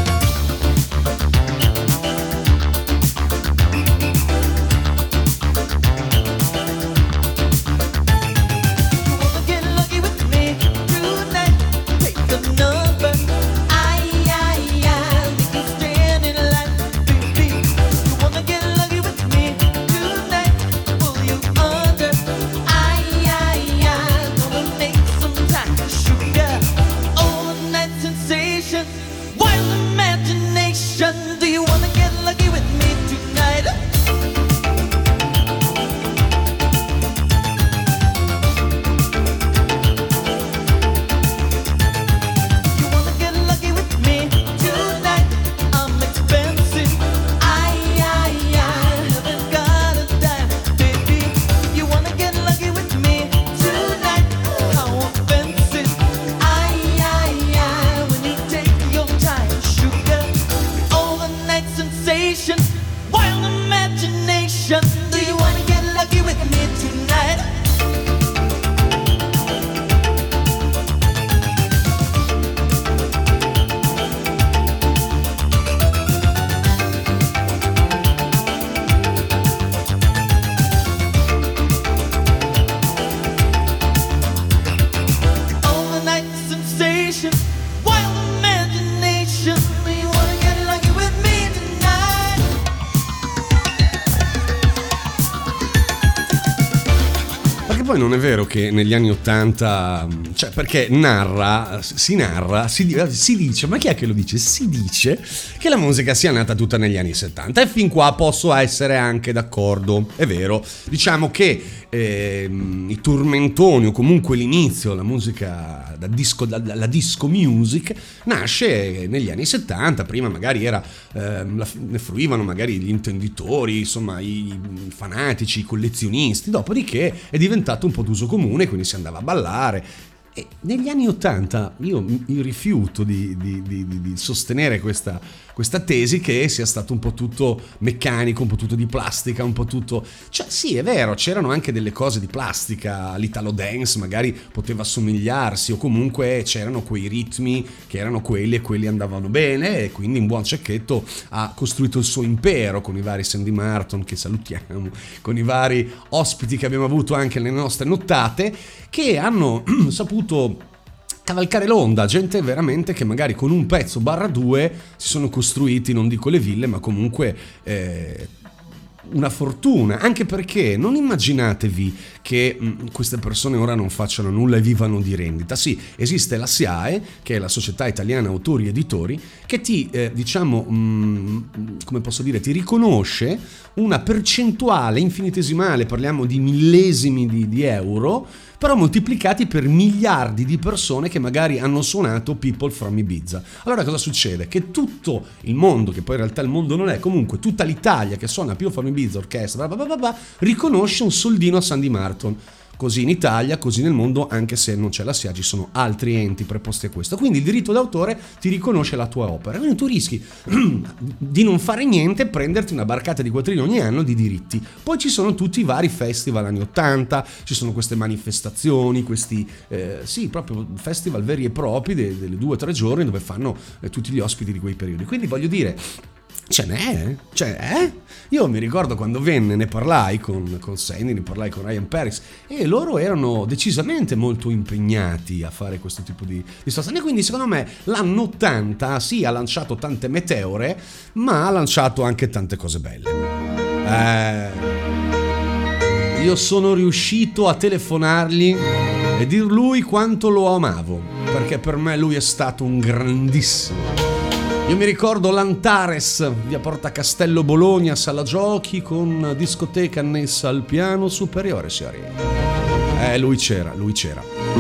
Poi non è vero che negli anni ottanta, cioè perché narra, si narra, si, si dice, ma chi è che lo dice? Si dice che la musica sia nata tutta negli anni settanta e fin qua posso essere anche d'accordo, è vero. Diciamo che eh, i tormentoni o comunque l'inizio, la musica da disco, da, la disco music nasce negli anni settanta, prima magari era, eh, ne fruivano magari gli intenditori, insomma i fanatici, i collezionisti, dopodiché è diventato un po' d'uso comune, quindi si andava a ballare. E negli anni ottanta io mi rifiuto di, di, di, di sostenere questa, questa tesi che sia stato un po' tutto meccanico, un po' tutto di plastica, un po' tutto... Cioè sì, è vero, c'erano anche delle cose di plastica, l'Italo Dance magari poteva somigliarsi, o comunque c'erano quei ritmi che erano quelli e quelli andavano bene, e quindi un buon cecchetto ha costruito il suo impero con i vari Sandy Martin, che salutiamo, con i vari ospiti che abbiamo avuto anche nelle nostre nottate, che hanno saputo cavalcare l'onda, gente veramente che magari con un pezzo barra due si sono costruiti, non dico le ville, ma comunque eh, una fortuna, anche perché non immaginatevi che mh, queste persone ora non facciano nulla e vivano di rendita. Sì, esiste la S I A E, che è la Società Italiana Autori Editori, che ti, eh, diciamo, mh, come posso dire, ti riconosce una percentuale infinitesimale, parliamo di millesimi di, di euro, però moltiplicati per miliardi di persone che magari hanno suonato People from Ibiza. Allora cosa succede? Che tutto il mondo, che poi in realtà il mondo non è, comunque tutta l'Italia che suona People from Ibiza, orchestra, bla bla bla bla, riconosce un soldino a Sandy Martin. Così in Italia, così nel mondo, anche se non c'è la S I A, ci sono altri enti preposti a questo. Quindi il diritto d'autore ti riconosce la tua opera. Quindi tu rischi di non fare niente e prenderti una barcata di quattrini ogni anno di diritti. Poi ci sono tutti i vari festival anni ottanta, ci sono queste manifestazioni, questi eh, sì, proprio festival veri e propri de- delle due o tre giorni dove fanno eh, tutti gli ospiti di quei periodi. Quindi voglio dire, ce n'è, cioè, eh? Io mi ricordo quando venne, ne parlai con, con Sandy, ne parlai con Ryan Paris, e loro erano decisamente molto impegnati a fare questo tipo di, di situazioni. Quindi secondo me l'anno ottanta sì, ha lanciato tante meteore, ma ha lanciato anche tante cose belle. Eh, io sono riuscito a telefonargli e dir lui quanto lo amavo, perché per me lui è stato un grandissimo. Io mi ricordo l'Antares, via Porta Castello Bologna, sala giochi con discoteca annessa al piano superiore, signori. Eh, lui c'era, lui c'era.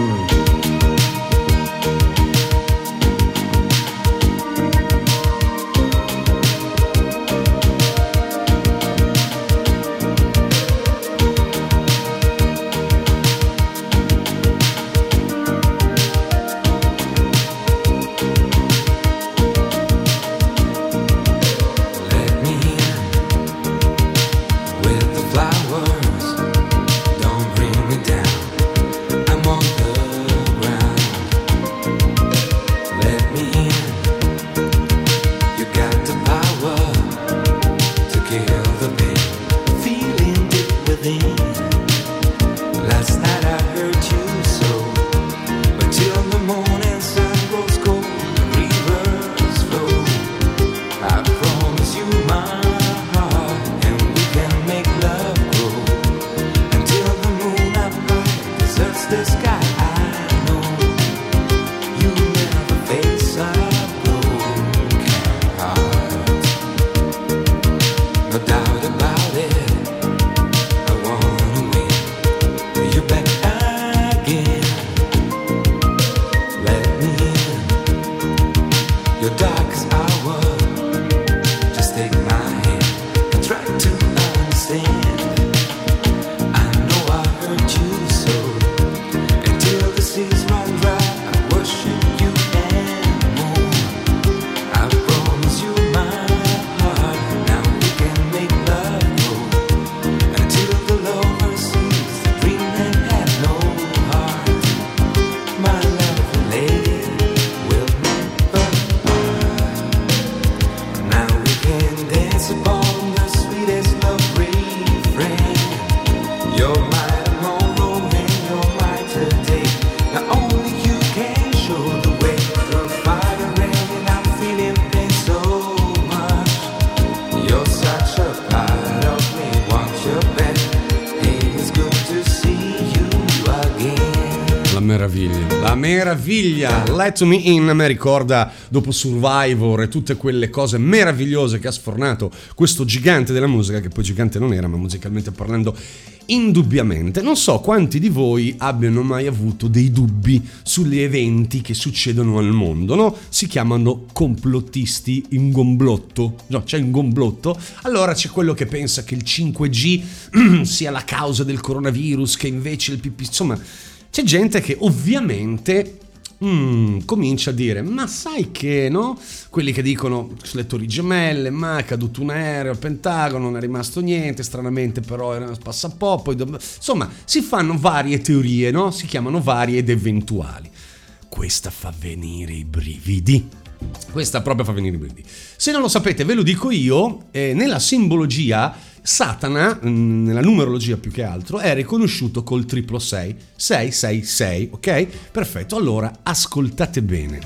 Meraviglia, Let Me In mi ricorda, dopo Survivor e tutte quelle cose meravigliose che ha sfornato questo gigante della musica, che poi gigante non era, ma musicalmente parlando indubbiamente. Non so quanti di voi abbiano mai avuto dei dubbi sugli eventi che succedono al mondo, no? Si chiamano complottisti in gomblotto, no, c'è in gomblotto. Allora c'è quello che pensa che il cinque G sia la causa del coronavirus, che invece il pipì, insomma. C'è gente che ovviamente mm, comincia a dire, ma sai che, no? Quelli che dicono sulle torri gemelle, ma è caduto un aereo al Pentagono, non è rimasto niente, stranamente però era un passaporto, poi do... insomma si fanno varie teorie, no? Si chiamano varie ed eventuali. Questa fa venire i brividi. Questa proprio fa venire i brividi. Se non lo sapete ve lo dico io, eh, nella simbologia Satana, nella numerologia più che altro, è riconosciuto col triplo sei, sei sei sei, ok? Perfetto, allora ascoltate bene.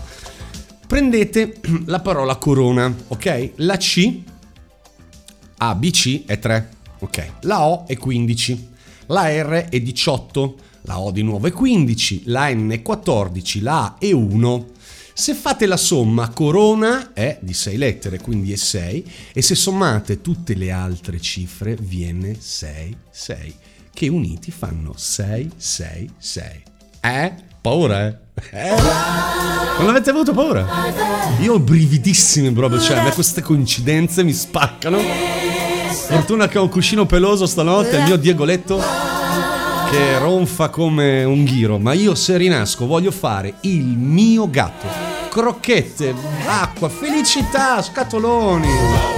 Prendete la parola corona, ok? La C, A, B, C è tre, ok? La O è quindici, la R è diciotto, la O di nuovo è quindici, la N è quattordici, la A è uno. Se fate la somma, corona è di sei lettere, quindi è sei, e se sommate tutte le altre cifre viene sei, sei, che uniti fanno sei, sei, sei. Eh? Paura, eh? Eh? Non avete avuto paura? Io ho brividissimi proprio, cioè a me queste coincidenze mi spaccano. Fortuna che ho un cuscino peloso stanotte, il mio Diegoletto che ronfa come un ghiro. Ma io se rinasco voglio fare il mio gatto. Crocchette, acqua, felicità, scatoloni.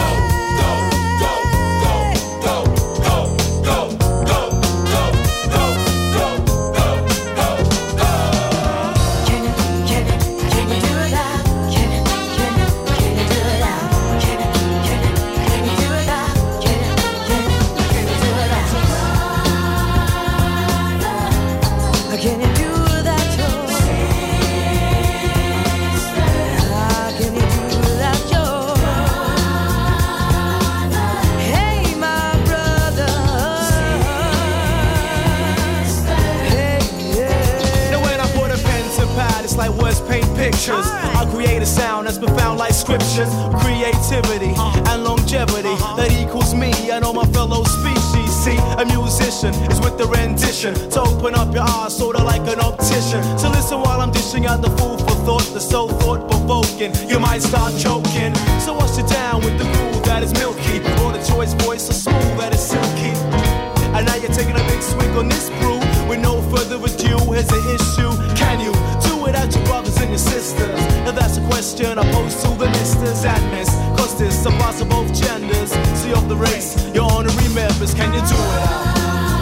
I create a sound that's profound like scriptures, creativity and longevity that equals me and all my fellow species. See, a musician is with the rendition to open up your eyes, sorta like an optician. So listen while I'm dishing out the food for thought that's so thought provoking. You might start choking. So wash it down with the groove that is milky, or the choice voice so smooth that is silky. And now you're taking a big swig on this brew. With no further ado, here's the issue. Can you do without your brothers and your sisters? Now that's a question I pose to the misters and miss, cause this applies to both genders. See of the race, your honorary members, can you do it out?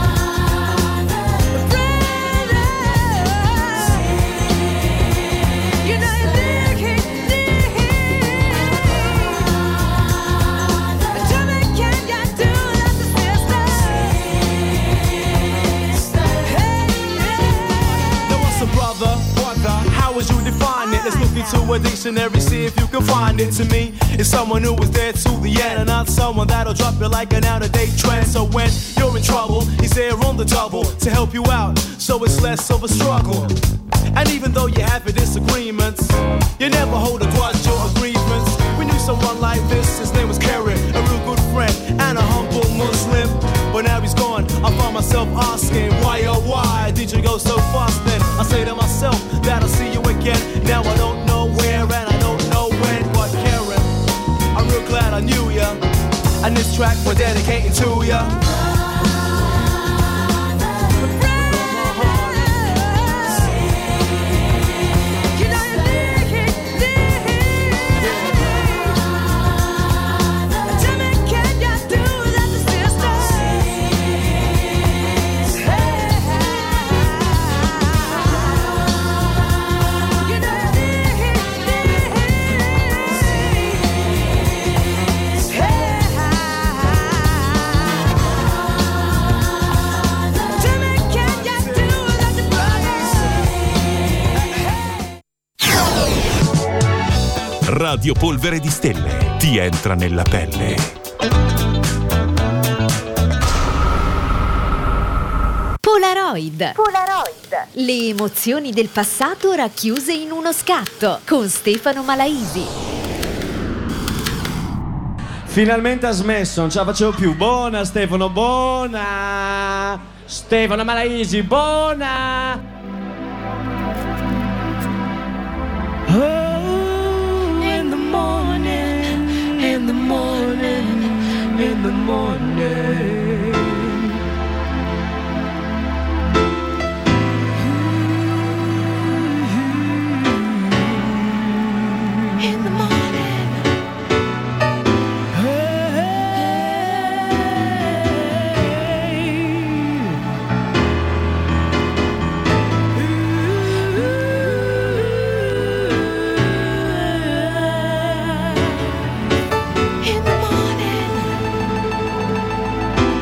Let's look into a dictionary, see if you can find it. To me, it's someone who was there to the end, and not someone that'll drop you like an out-of-date trend. So when you're in trouble, he's there on the double to help you out, so it's less of a struggle. And even though you have your disagreements, you never hold a grudge or a grievance. We knew someone like this, his name was Kerry, a real good friend and a humble Muslim. But now he's gone, I find myself asking, why oh why did you go so fast then? I say to myself that I'll see you again. Now I don't know where and I don't know when, but Karen, I'm real glad I knew ya. And this track we're dedicating to ya. Radio Polvere di Stelle ti entra nella pelle. Polaroid. Polaroid. Le emozioni del passato racchiuse in uno scatto con Stefano Malaisi. Finalmente ha smesso, non ce la facevo più. Buona Stefano, buona. Stefano Malaisi, buona. Oh. In the morning, in the morning. In the morning. Hey. In the morning.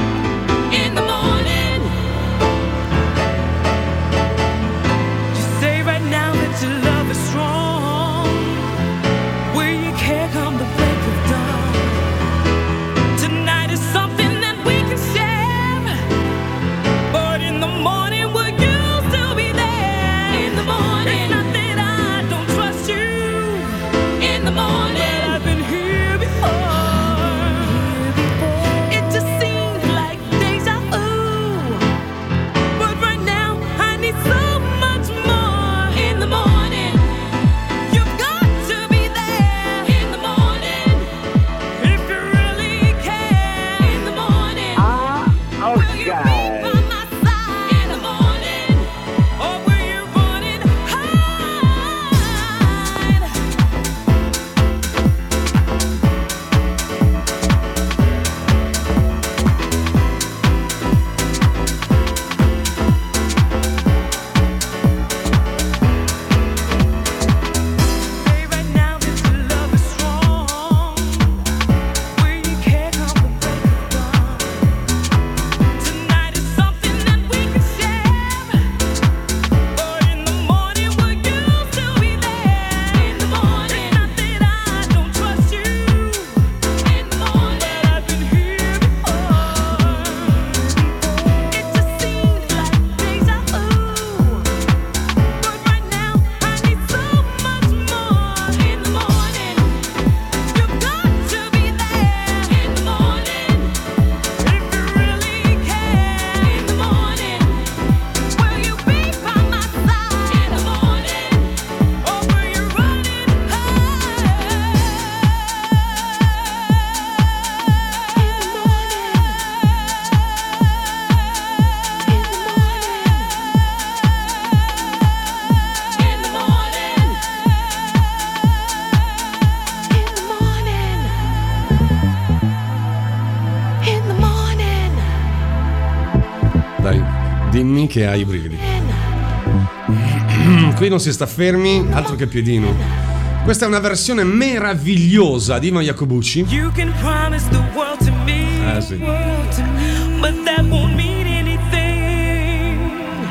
fermi che hai i brividi. Qui non si sta fermi, altro che piedino. Questa è una versione meravigliosa di Ivan Iacobucci. You can promise the world to me, Ah, sì. but that won't mean anything.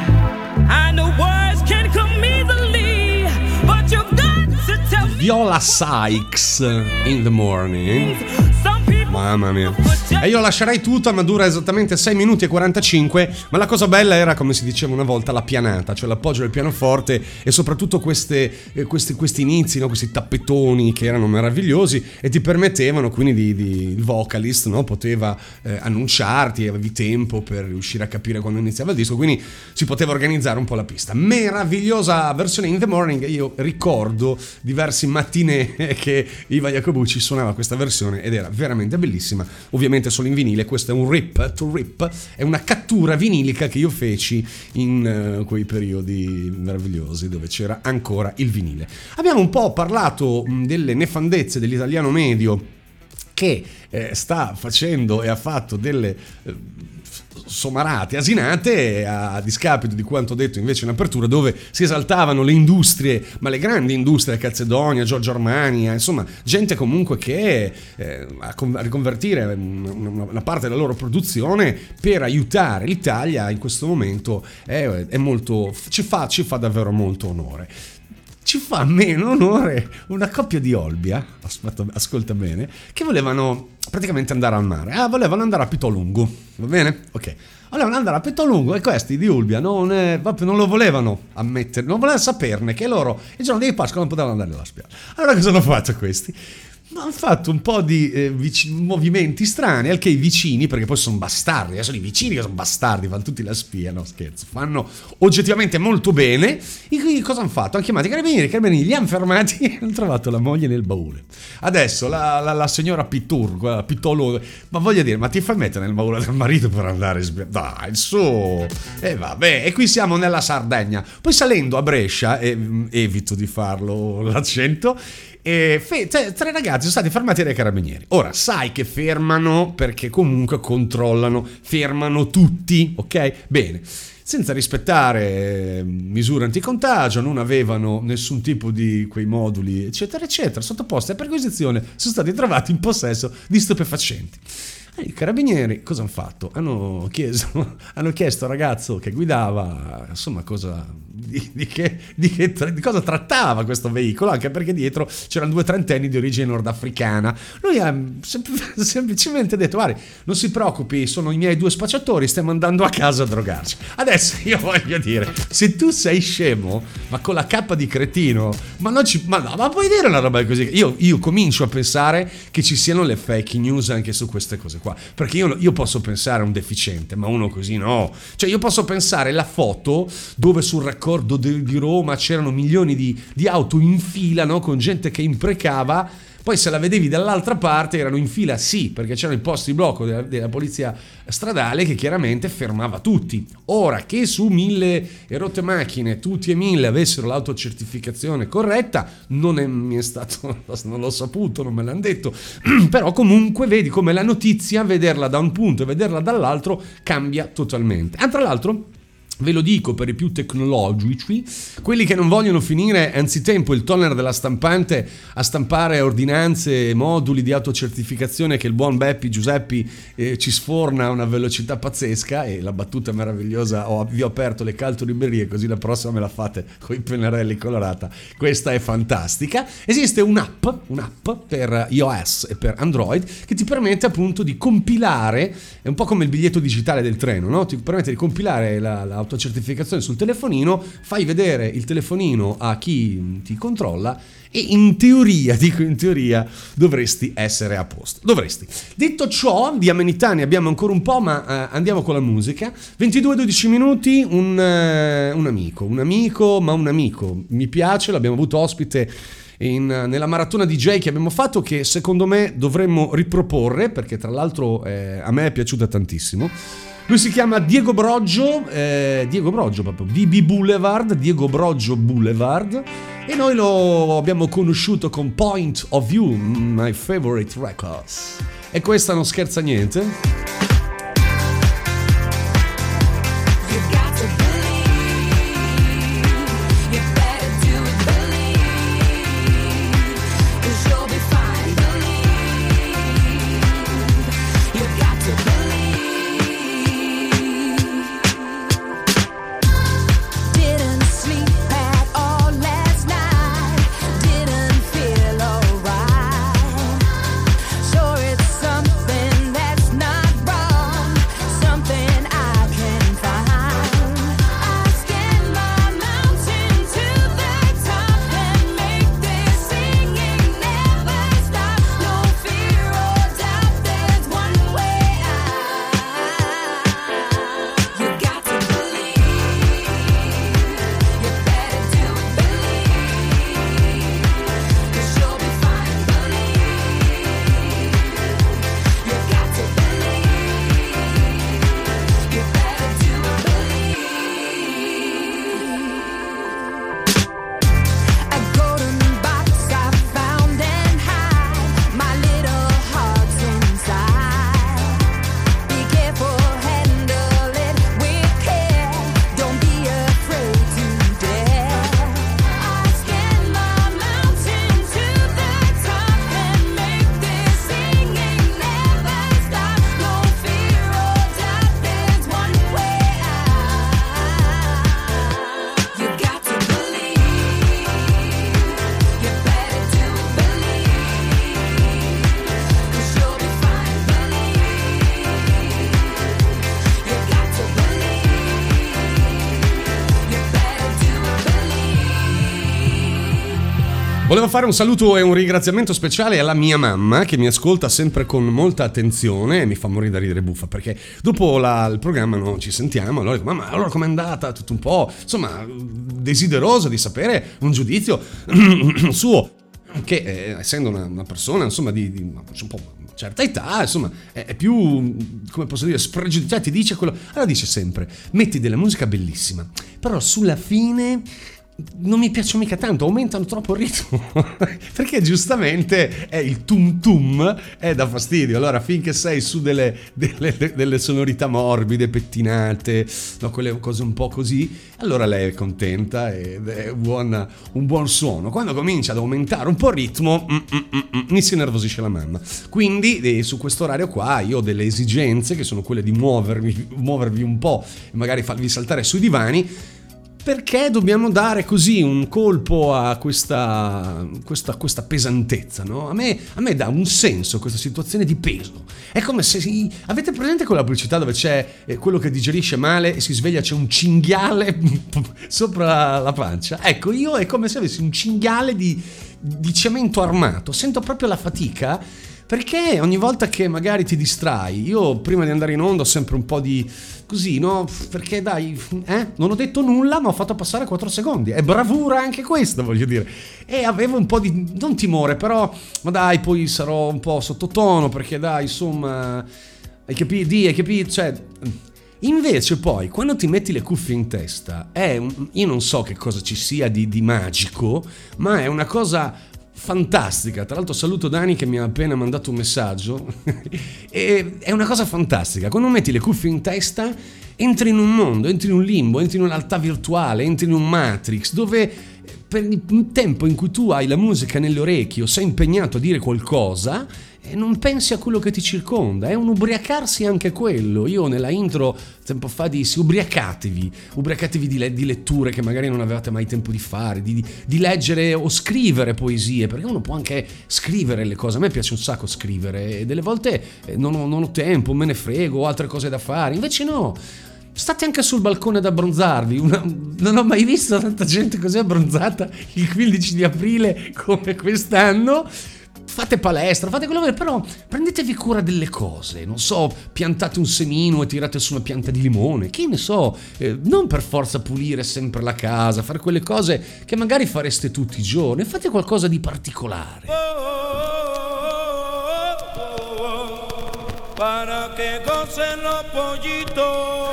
I know words can come easily, but you've got to tell me. Viola Sykes, In the Morning. Some people Mamma mia. E io lascerei tutta, ma dura esattamente sei minuti e quarantacinque. Ma la cosa bella era, come si diceva una volta, la pianata, cioè l'appoggio del pianoforte e soprattutto queste, eh, questi, questi inizi, no? Questi tappetoni che erano meravigliosi e ti permettevano quindi di, di il vocalist, no? Poteva eh, annunciarti, avevi tempo per riuscire a capire quando iniziava il disco, quindi si poteva organizzare un po' la pista. Meravigliosa versione In the Morning. Io ricordo diversi mattine che Ivan Iacobucci suonava questa versione ed era veramente bellissima. Ovviamente solo in vinile. Questo è un rip to rip, è una cattura vinilica che io feci in uh, quei periodi meravigliosi dove c'era ancora il vinile. Abbiamo un po' parlato mh, delle nefandezze dell'italiano medio che eh, sta facendo e ha fatto delle eh, somarate, asinate, a discapito di quanto detto invece in apertura, dove si esaltavano le industrie, ma le grandi industrie, Calzedonia, Giorgio Armani, insomma gente comunque che eh, a, con- a riconvertire una, una parte della loro produzione per aiutare l'Italia in questo momento è, è molto, ci fa, ci fa davvero molto onore. Ci fa meno onore una coppia di Olbia, aspetta, ascolta bene, che volevano praticamente andare al mare. Ah, volevano andare a Pittolungo, va bene? Ok. Volevano andare a Pittolungo e questi di Olbia non, eh, non lo volevano ammettere, non volevano saperne che loro il giorno di Pasqua non potevano andare alla spiaggia. Allora cosa hanno fatto questi? Ma hanno fatto un po' di eh, vic- movimenti strani, al che i vicini, perché poi sono bastardi, eh, sono i vicini che sono bastardi, fanno tutti la spia, no scherzo, fanno oggettivamente molto bene. E quindi cosa hanno fatto? Hanno chiamato i carabinieri, i carabinieri li hanno fermati e hanno trovato la moglie nel baule. Adesso la, la, la signora Pittur, quella Pittolo, ma voglio dire, ma ti fai mettere nel baule del marito per andare in spiaggia? Dai, su! E vabbè, e qui siamo nella Sardegna. Poi salendo a Brescia, e, evito di farlo l'accento, e fe- tre, tre ragazzi sono stati fermati dai carabinieri. Ora sai che fermano perché comunque controllano, fermano tutti, ok? Bene, senza rispettare misure anticontagio, non avevano nessun tipo di quei moduli eccetera eccetera, sottoposti a perquisizione, sono stati trovati in possesso di stupefacenti. I carabinieri cosa hanno fatto? Hanno chiesto, hanno chiesto al ragazzo che guidava, insomma, cosa, di, di, che, di, che, di cosa trattava questo veicolo, anche perché dietro c'erano due trentenni di origine nordafricana. Lui ha sem- semplicemente detto: guardi, non si preoccupi, sono i miei due spacciatori, stiamo andando a casa a drogarci. Adesso io voglio dire, se tu sei scemo, ma con la cappa di cretino, ma non ci, ma, no, ma puoi dire una roba così? Io, io comincio a pensare che ci siano le fake news anche su queste cose qua. Perché io, io posso pensare a un deficiente, ma uno così no. Cioè io posso pensare la foto dove sul raccordo de, di Roma c'erano milioni di, di auto in fila, no? Con gente che imprecava. Poi se la vedevi dall'altra parte erano in fila, sì, perché c'erano i posti di blocco della, della polizia stradale che chiaramente fermava tutti. Ora che su mille e rotte macchine tutti e mille avessero l'autocertificazione corretta, non è, mi è stato, non l'ho saputo, non me l'hanno detto, però comunque vedi come la notizia, vederla da un punto e vederla dall'altro cambia totalmente. Ah, tra l'altro, ve lo dico per i più tecnologici, quelli che non vogliono finire anzitempo il toner della stampante a stampare ordinanze e moduli di autocertificazione che il buon Beppi Giuseppi eh, ci sforna a una velocità pazzesca, e la battuta è meravigliosa: ho, vi ho aperto le caltolibrerie così la prossima me la fate con i pennarelli colorata. Questa è fantastica. Esiste un'app, un'app per iOS e per Android che ti permette appunto di compilare, è un po' come il biglietto digitale del treno, no? Ti permette di compilare la, la autocertificazione sul telefonino, fai vedere il telefonino a chi ti controlla e in teoria, dico in teoria, dovresti essere a posto. Dovresti. Detto ciò, di amenità ne abbiamo ancora un po', ma eh, andiamo con la musica. ventidue dodici minuti, un, eh, un amico, un amico, ma un amico. Mi piace, l'abbiamo avuto ospite In, nella maratona D J che abbiamo fatto, che secondo me dovremmo riproporre, perché tra l'altro eh, a me è piaciuta tantissimo. Lui si chiama Diego Broggio, eh, Diego Broggio proprio, D B Boulevard, Diego Broggio Boulevard, e noi lo abbiamo conosciuto con Point of View, My Favorite Records. E questa non scherza niente. You got to Volevo fare un saluto e un ringraziamento speciale alla mia mamma che mi ascolta sempre con molta attenzione e mi fa morire da ridere buffa, perché dopo la, il programma no, ci sentiamo, allora dico: mamma, allora com'è andata? Tutto un po', insomma, desideroso di sapere un giudizio suo, che eh, essendo una, una persona insomma di, di un po' certa età, insomma, è, è più, come posso dire, spregiudicata, ti dice quello. Allora dice sempre: metti della musica bellissima, però sulla fine non mi piacciono mica tanto, aumentano troppo il ritmo perché giustamente è il tum tum è da fastidio. Allora finché sei su delle, delle, delle sonorità morbide, pettinate, no, quelle cose un po' così, allora lei è contenta ed è buona, un buon suono. Quando comincia ad aumentare un po' il ritmo mm, mm, mm, mm, mi si nervosisce la mamma. Quindi eh, su questo orario qua io ho delle esigenze che sono quelle di muovermi, muovervi un po' e magari farvi saltare sui divani, perché dobbiamo dare così un colpo a questa, questa, questa pesantezza, no? A me, a me dà un senso questa situazione di peso. È come se si, avete presente quella pubblicità dove c'è eh, quello che digerisce male e si sveglia, c'è un cinghiale sopra la pancia? Ecco, io è come se avessi un cinghiale di, di cemento armato, sento proprio la fatica. Perché ogni volta che magari ti distrai, io prima di andare in onda ho sempre un po' di così, no? Perché dai, eh? Non ho detto nulla, ma ho fatto passare quattro secondi. È bravura anche questa, voglio dire. E avevo un po' di, non timore, però, ma dai, poi sarò un po' sottotono, perché dai, insomma, hai capito? Hai capito? Cioè, invece poi, quando ti metti le cuffie in testa, è un, io non so che cosa ci sia di, di magico, ma è una cosa fantastica. Tra l'altro saluto Dani che mi ha appena mandato un messaggio e è una cosa fantastica. Quando metti le cuffie in testa entri in un mondo, entri in un limbo, entri in una realtà virtuale, entri in un Matrix dove per il tempo in cui tu hai la musica nelle orecchie o sei impegnato a dire qualcosa e non pensi a quello che ti circonda, è un ubriacarsi anche quello. Io nella intro tempo fa dissi: ubriacatevi, ubriacatevi di, le- di letture che magari non avevate mai tempo di fare, di, di leggere o scrivere poesie, perché uno può anche scrivere le cose. A me piace un sacco scrivere e delle volte non ho, non ho tempo, me ne frego, ho altre cose da fare. Invece no, state anche sul balcone ad abbronzarvi. Una, non ho mai visto tanta gente così abbronzata il quindici di aprile come quest'anno. Fate palestra, fate quello che volete, però prendetevi cura delle cose, non so, piantate un semino e tirate su una pianta di limone, che ne so, eh, non per forza pulire sempre la casa, fare quelle cose che magari fareste tutti i giorni, fate qualcosa di particolare. Para que gocen los pollitos.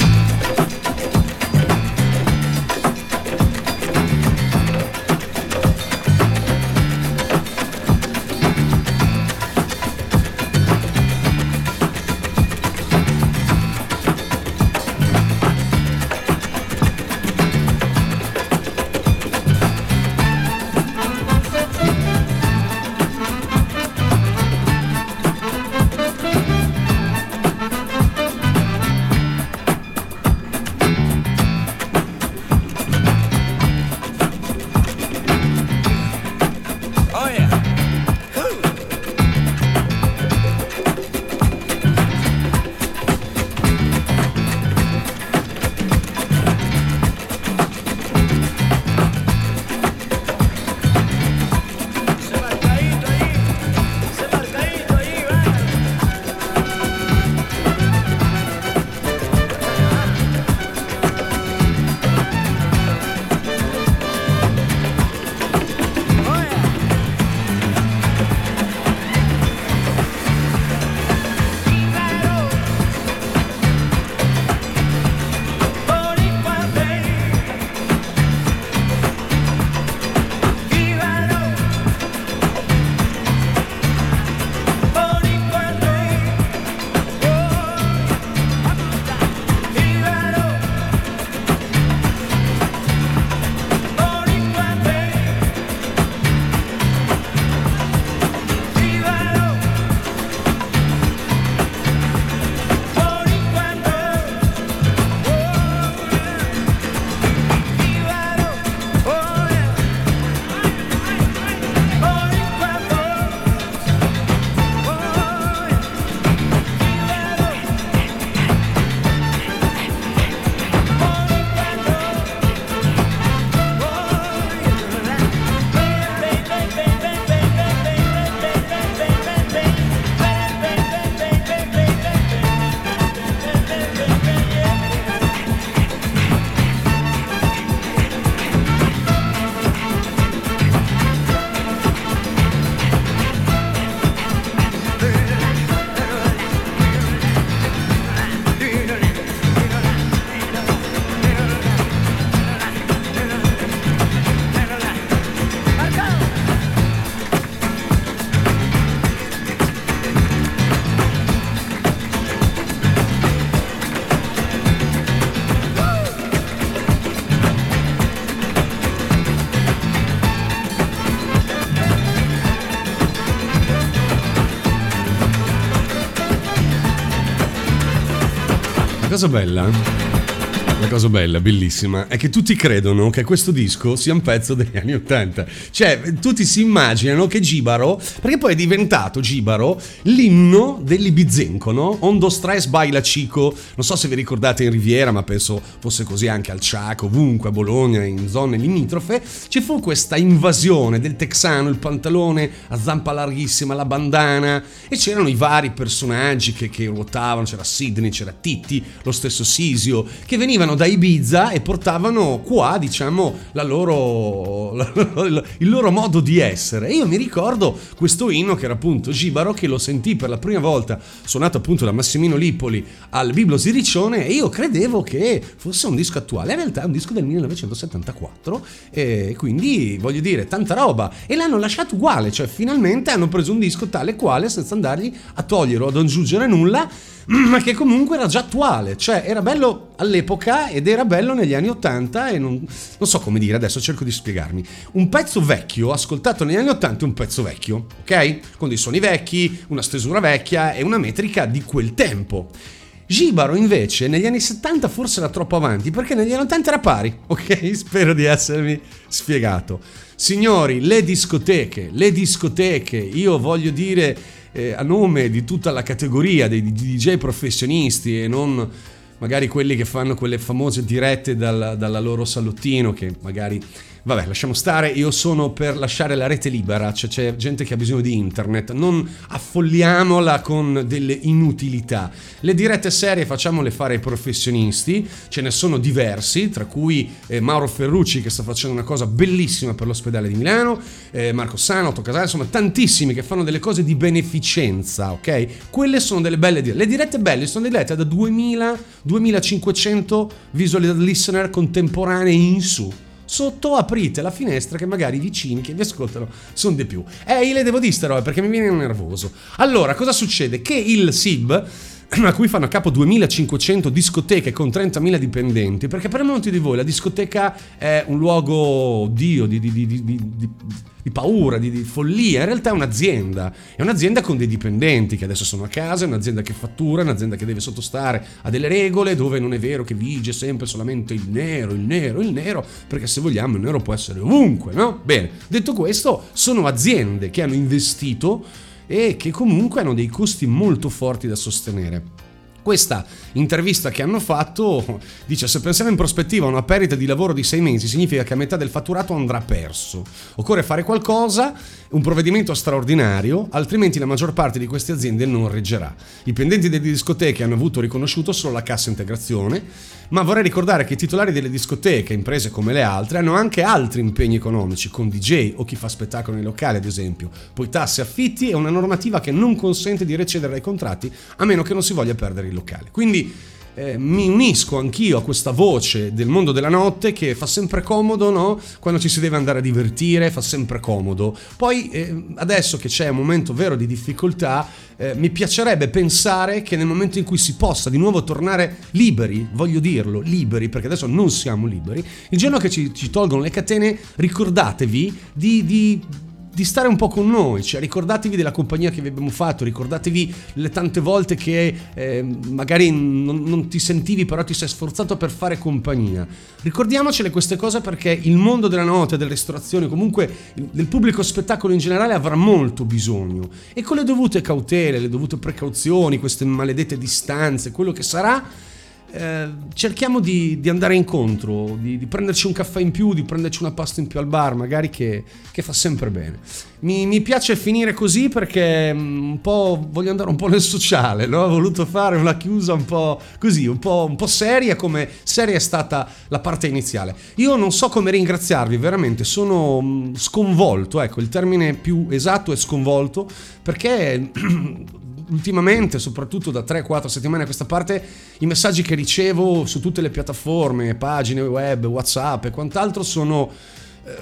cosa bella, la cosa bella, bellissima, è che tutti credono che questo disco sia un pezzo degli anni ottanta. Cioè, tutti si immaginano che Gibaro, perché poi è diventato Gibaro l'inno dell'Ibizenco, no? Ondo stress baila Chico. Non so se vi ricordate in Riviera, ma penso fosse così anche al Ciaco, ovunque, a Bologna, in zone limitrofe. Ci fu questa invasione del texano, il pantalone a zampa larghissima, la bandana, e c'erano i vari personaggi che, che ruotavano. C'era Sidney, c'era Titti, lo stesso Sisio, che venivano da Ibiza e portavano qua, diciamo, la loro, la, il loro modo di essere. E io mi ricordo questo inno che era appunto Gibaro, che lo sentì per la prima volta suonato appunto da Massimino Lipoli al Biblos di Riccione, e io credevo che fosse un disco attuale. In realtà è un disco del millenovecentosettantaquattro, e quindi voglio dire, tanta roba, e l'hanno lasciato uguale, cioè finalmente hanno preso un disco tale quale, senza andargli a togliere o ad aggiungere nulla, ma che comunque era già attuale, cioè era bello all'epoca ed era bello negli anni ottanta, e non, non so come dire, adesso cerco di spiegarmi. Un pezzo vecchio ascoltato negli anni ottanta è un pezzo vecchio, ok? Con dei suoni vecchi, una stesura vecchia e una metrica di quel tempo. Gibaro invece negli anni settanta forse era troppo avanti, perché negli anni ottanta era pari, ok? Spero di essermi spiegato. Signori, le discoteche, le discoteche, io voglio dire eh, a nome di tutta la categoria dei D J professionisti, e non magari quelli che fanno quelle famose dirette dal, dalla loro salottino, che magari... Vabbè, lasciamo stare, io sono per lasciare la rete libera, cioè c'è gente che ha bisogno di internet, non affolliamola con delle inutilità. Le dirette serie facciamole fare ai professionisti, ce ne sono diversi, tra cui eh, Mauro Ferrucci, che sta facendo una cosa bellissima per l'ospedale di Milano, eh, Marco Sano, Otto Casale, insomma tantissimi che fanno delle cose di beneficenza, ok? Quelle sono delle belle dirette. Le dirette belle sono dirette da duemila duemilacinquecento visual listener contemporanei in su. Sotto aprite la finestra, che magari i vicini che vi ascoltano sono di più. Eh, io le devo dire sta roba perché mi viene nervoso. Allora, cosa succede? Che il S I B, a cui fanno a capo duemilacinquecento discoteche con trentamila dipendenti, perché per molti di voi la discoteca è un luogo, Dio, di, di, di, di, di, di paura, di, di follia. In realtà è un'azienda, è un'azienda con dei dipendenti che adesso sono a casa, è un'azienda che fattura, è un'azienda che deve sottostare a delle regole, dove non è vero che vige sempre solamente il nero, il nero, il nero, perché se vogliamo il nero può essere ovunque, no? Bene, detto questo, sono aziende che hanno investito e che comunque hanno dei costi molto forti da sostenere. Questa intervista che hanno fatto dice: se pensiamo in prospettiva a una perdita di lavoro di sei mesi, significa che a metà del fatturato andrà perso. Occorre fare qualcosa, un provvedimento straordinario, altrimenti la maggior parte di queste aziende non reggerà. I dipendenti delle discoteche hanno avuto riconosciuto solo la cassa integrazione, ma vorrei ricordare che i titolari delle discoteche, imprese come le altre, hanno anche altri impegni economici, con D J o chi fa spettacolo nei locali ad esempio, poi tasse, affitti e una normativa che non consente di recedere ai contratti a meno che non si voglia perdere il locale. Quindi eh, mi unisco anch'io a questa voce del mondo della notte, che fa sempre comodo, no? Quando ci si deve andare a divertire fa sempre comodo. Poi eh, adesso che c'è un momento vero di difficoltà, eh, mi piacerebbe pensare che nel momento in cui si possa di nuovo tornare liberi, voglio dirlo, liberi, perché adesso non siamo liberi, il giorno che ci, ci tolgono le catene, ricordatevi di... di di stare un po' con noi, cioè ricordatevi della compagnia che vi abbiamo fatto, ricordatevi le tante volte che eh, magari non, non ti sentivi, però ti sei sforzato per fare compagnia. Ricordiamocele queste cose, perché il mondo della notte, delle ristorazioni, comunque del pubblico spettacolo in generale, avrà molto bisogno, e con le dovute cautele, le dovute precauzioni, queste maledette distanze, quello che sarà, Eh, cerchiamo di, di andare incontro, di, di prenderci un caffè in più, di prenderci una pasta in più al bar, magari, che, che fa sempre bene. Mi, mi piace finire così perché un po' voglio andare un po' nel sociale, no? Ho voluto fare una chiusa un po' così, un po', un po' seria, come seria è stata la parte iniziale. Io non so come ringraziarvi, veramente sono sconvolto, ecco, il termine più esatto è sconvolto, perché ultimamente, soprattutto da tre quattro settimane a questa parte, i messaggi che ricevo su tutte le piattaforme, pagine web, WhatsApp e quant'altro sono eh,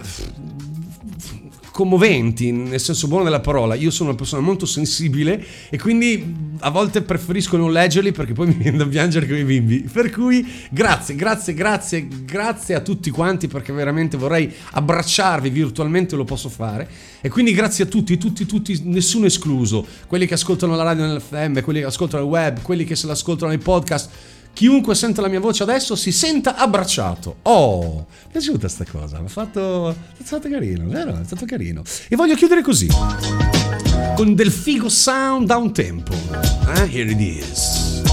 commoventi, nel senso buono della parola. Io sono una persona molto sensibile e quindi a volte preferisco non leggerli, perché poi mi viene da piangere come i bimbi. Per cui grazie, grazie, grazie, grazie a tutti quanti, perché veramente vorrei abbracciarvi virtualmente, lo posso fare. E quindi grazie a tutti, tutti, tutti, nessuno escluso, quelli che ascoltano la radio nell'F M, quelli che ascoltano il web, quelli che se l'ascoltano nei podcast. chiunque senta la mia voce adesso si senta abbracciato. Oh, mi è piaciuta sta cosa, mi ha fatto, è stato carino, vero? È stato carino. E voglio chiudere così, con del figo sound da un tempo. Eh? Here it is.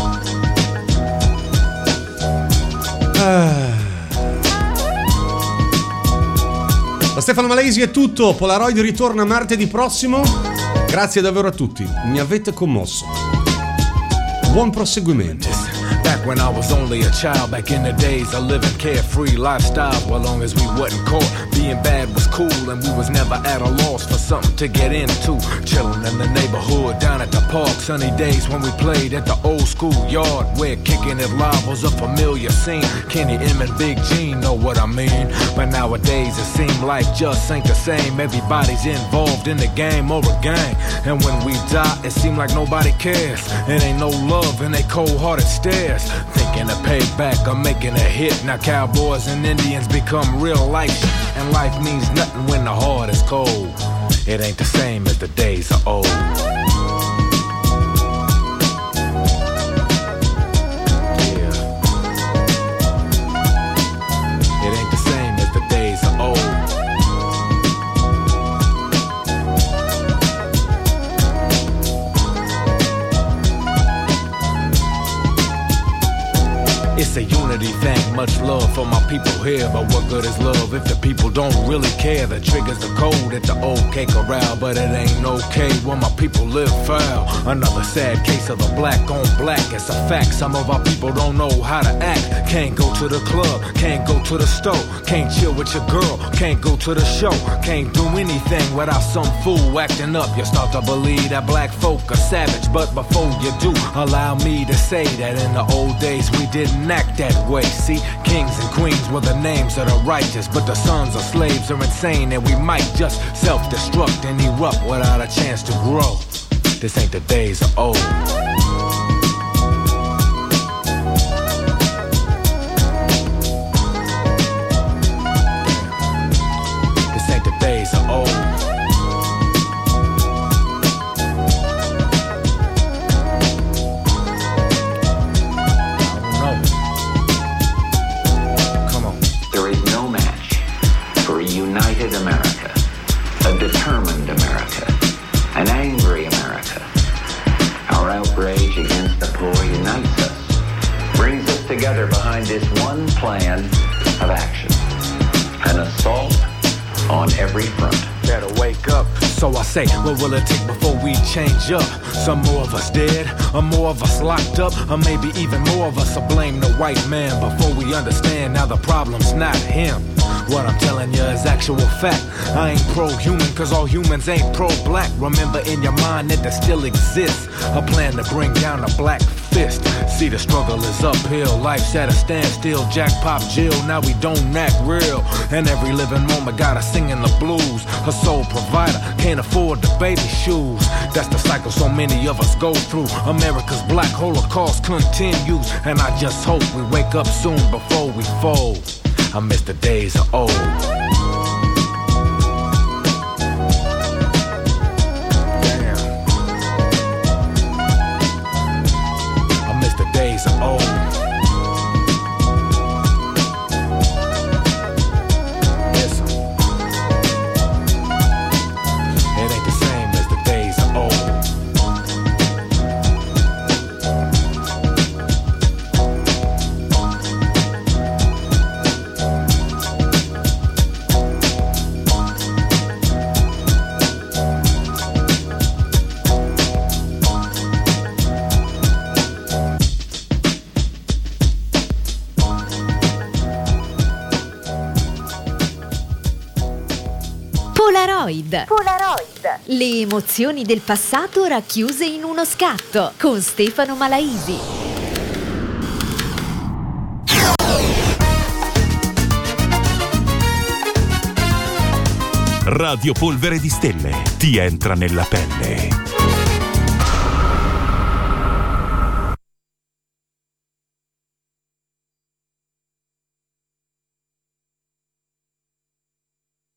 Ah. Da Stefano Malesi è tutto. Polaroid ritorna martedì prossimo. Grazie davvero a tutti, mi avete commosso. Buon proseguimento. Back when I was only a child, back in the days of living carefree lifestyle, well long as we wasn't caught. Being bad was cool and we was never at a loss for something to get into. Chilling in the neighborhood, down at the park, sunny days when we played at the old school yard, where kicking it live was a familiar scene. Kenny M and Big Gene know what I mean. But nowadays it seems like just ain't the same. Everybody's involved in the game or a gang, and when we die it seems like nobody cares. It ain't no love in they cold-hearted stares. Thinking of payback or making a hit. Now cowboys and Indians become real life shit, and life means nothing when the heart is cold. It ain't the same as the days are old. Yeah. It ain't the same as the days are old. It's a unity thing, much love for my people here. But what good is love if the people don't really care? The trigger's the code at the old K corral, but it ain't okay when my people live foul. Another sad case of the black on black. It's a fact, some of our people don't know how to act. Can't go to the club, can't go to the store, can't chill with your girl, can't go to the show, can't do anything without some fool acting up. You start to believe that black folk are savage, but before you do, allow me to say that in the old days we didn't act that way. See, kings and queens were the names of the righteous, but the sons of slaves are insane, and we might just self-destruct and erupt without a chance to grow. This ain't the days of old. This ain't the days of old. United America, a determined America, an angry America. Our outrage against the poor unites us, brings us together behind this one plan of action, an assault on every front. Better wake up. So I say, what will it take before we change up? Some more of us dead, or more of us locked up, or maybe even more of us will blame the white man before we understand now the problem's not him. What I'm telling you is actual fact. I ain't pro-human, cause all humans ain't pro-black. Remember in your mind that there still exists a plan to bring down a black fist. See, the struggle is uphill, life's at a standstill. Jackpot Jill, now we don't act real, and every living moment got us singing the blues. Her sole provider can't afford the baby shoes. That's the cycle so many of us go through. America's black holocaust continues, and I just hope we wake up soon before we fold. I miss the days of old. Days of old. Listen, it ain't the same as the days of old. Polaroid. Polaroid. Le emozioni del passato racchiuse in uno scatto con Stefano Malaisi. Radio Polvere di Stelle ti entra nella pelle.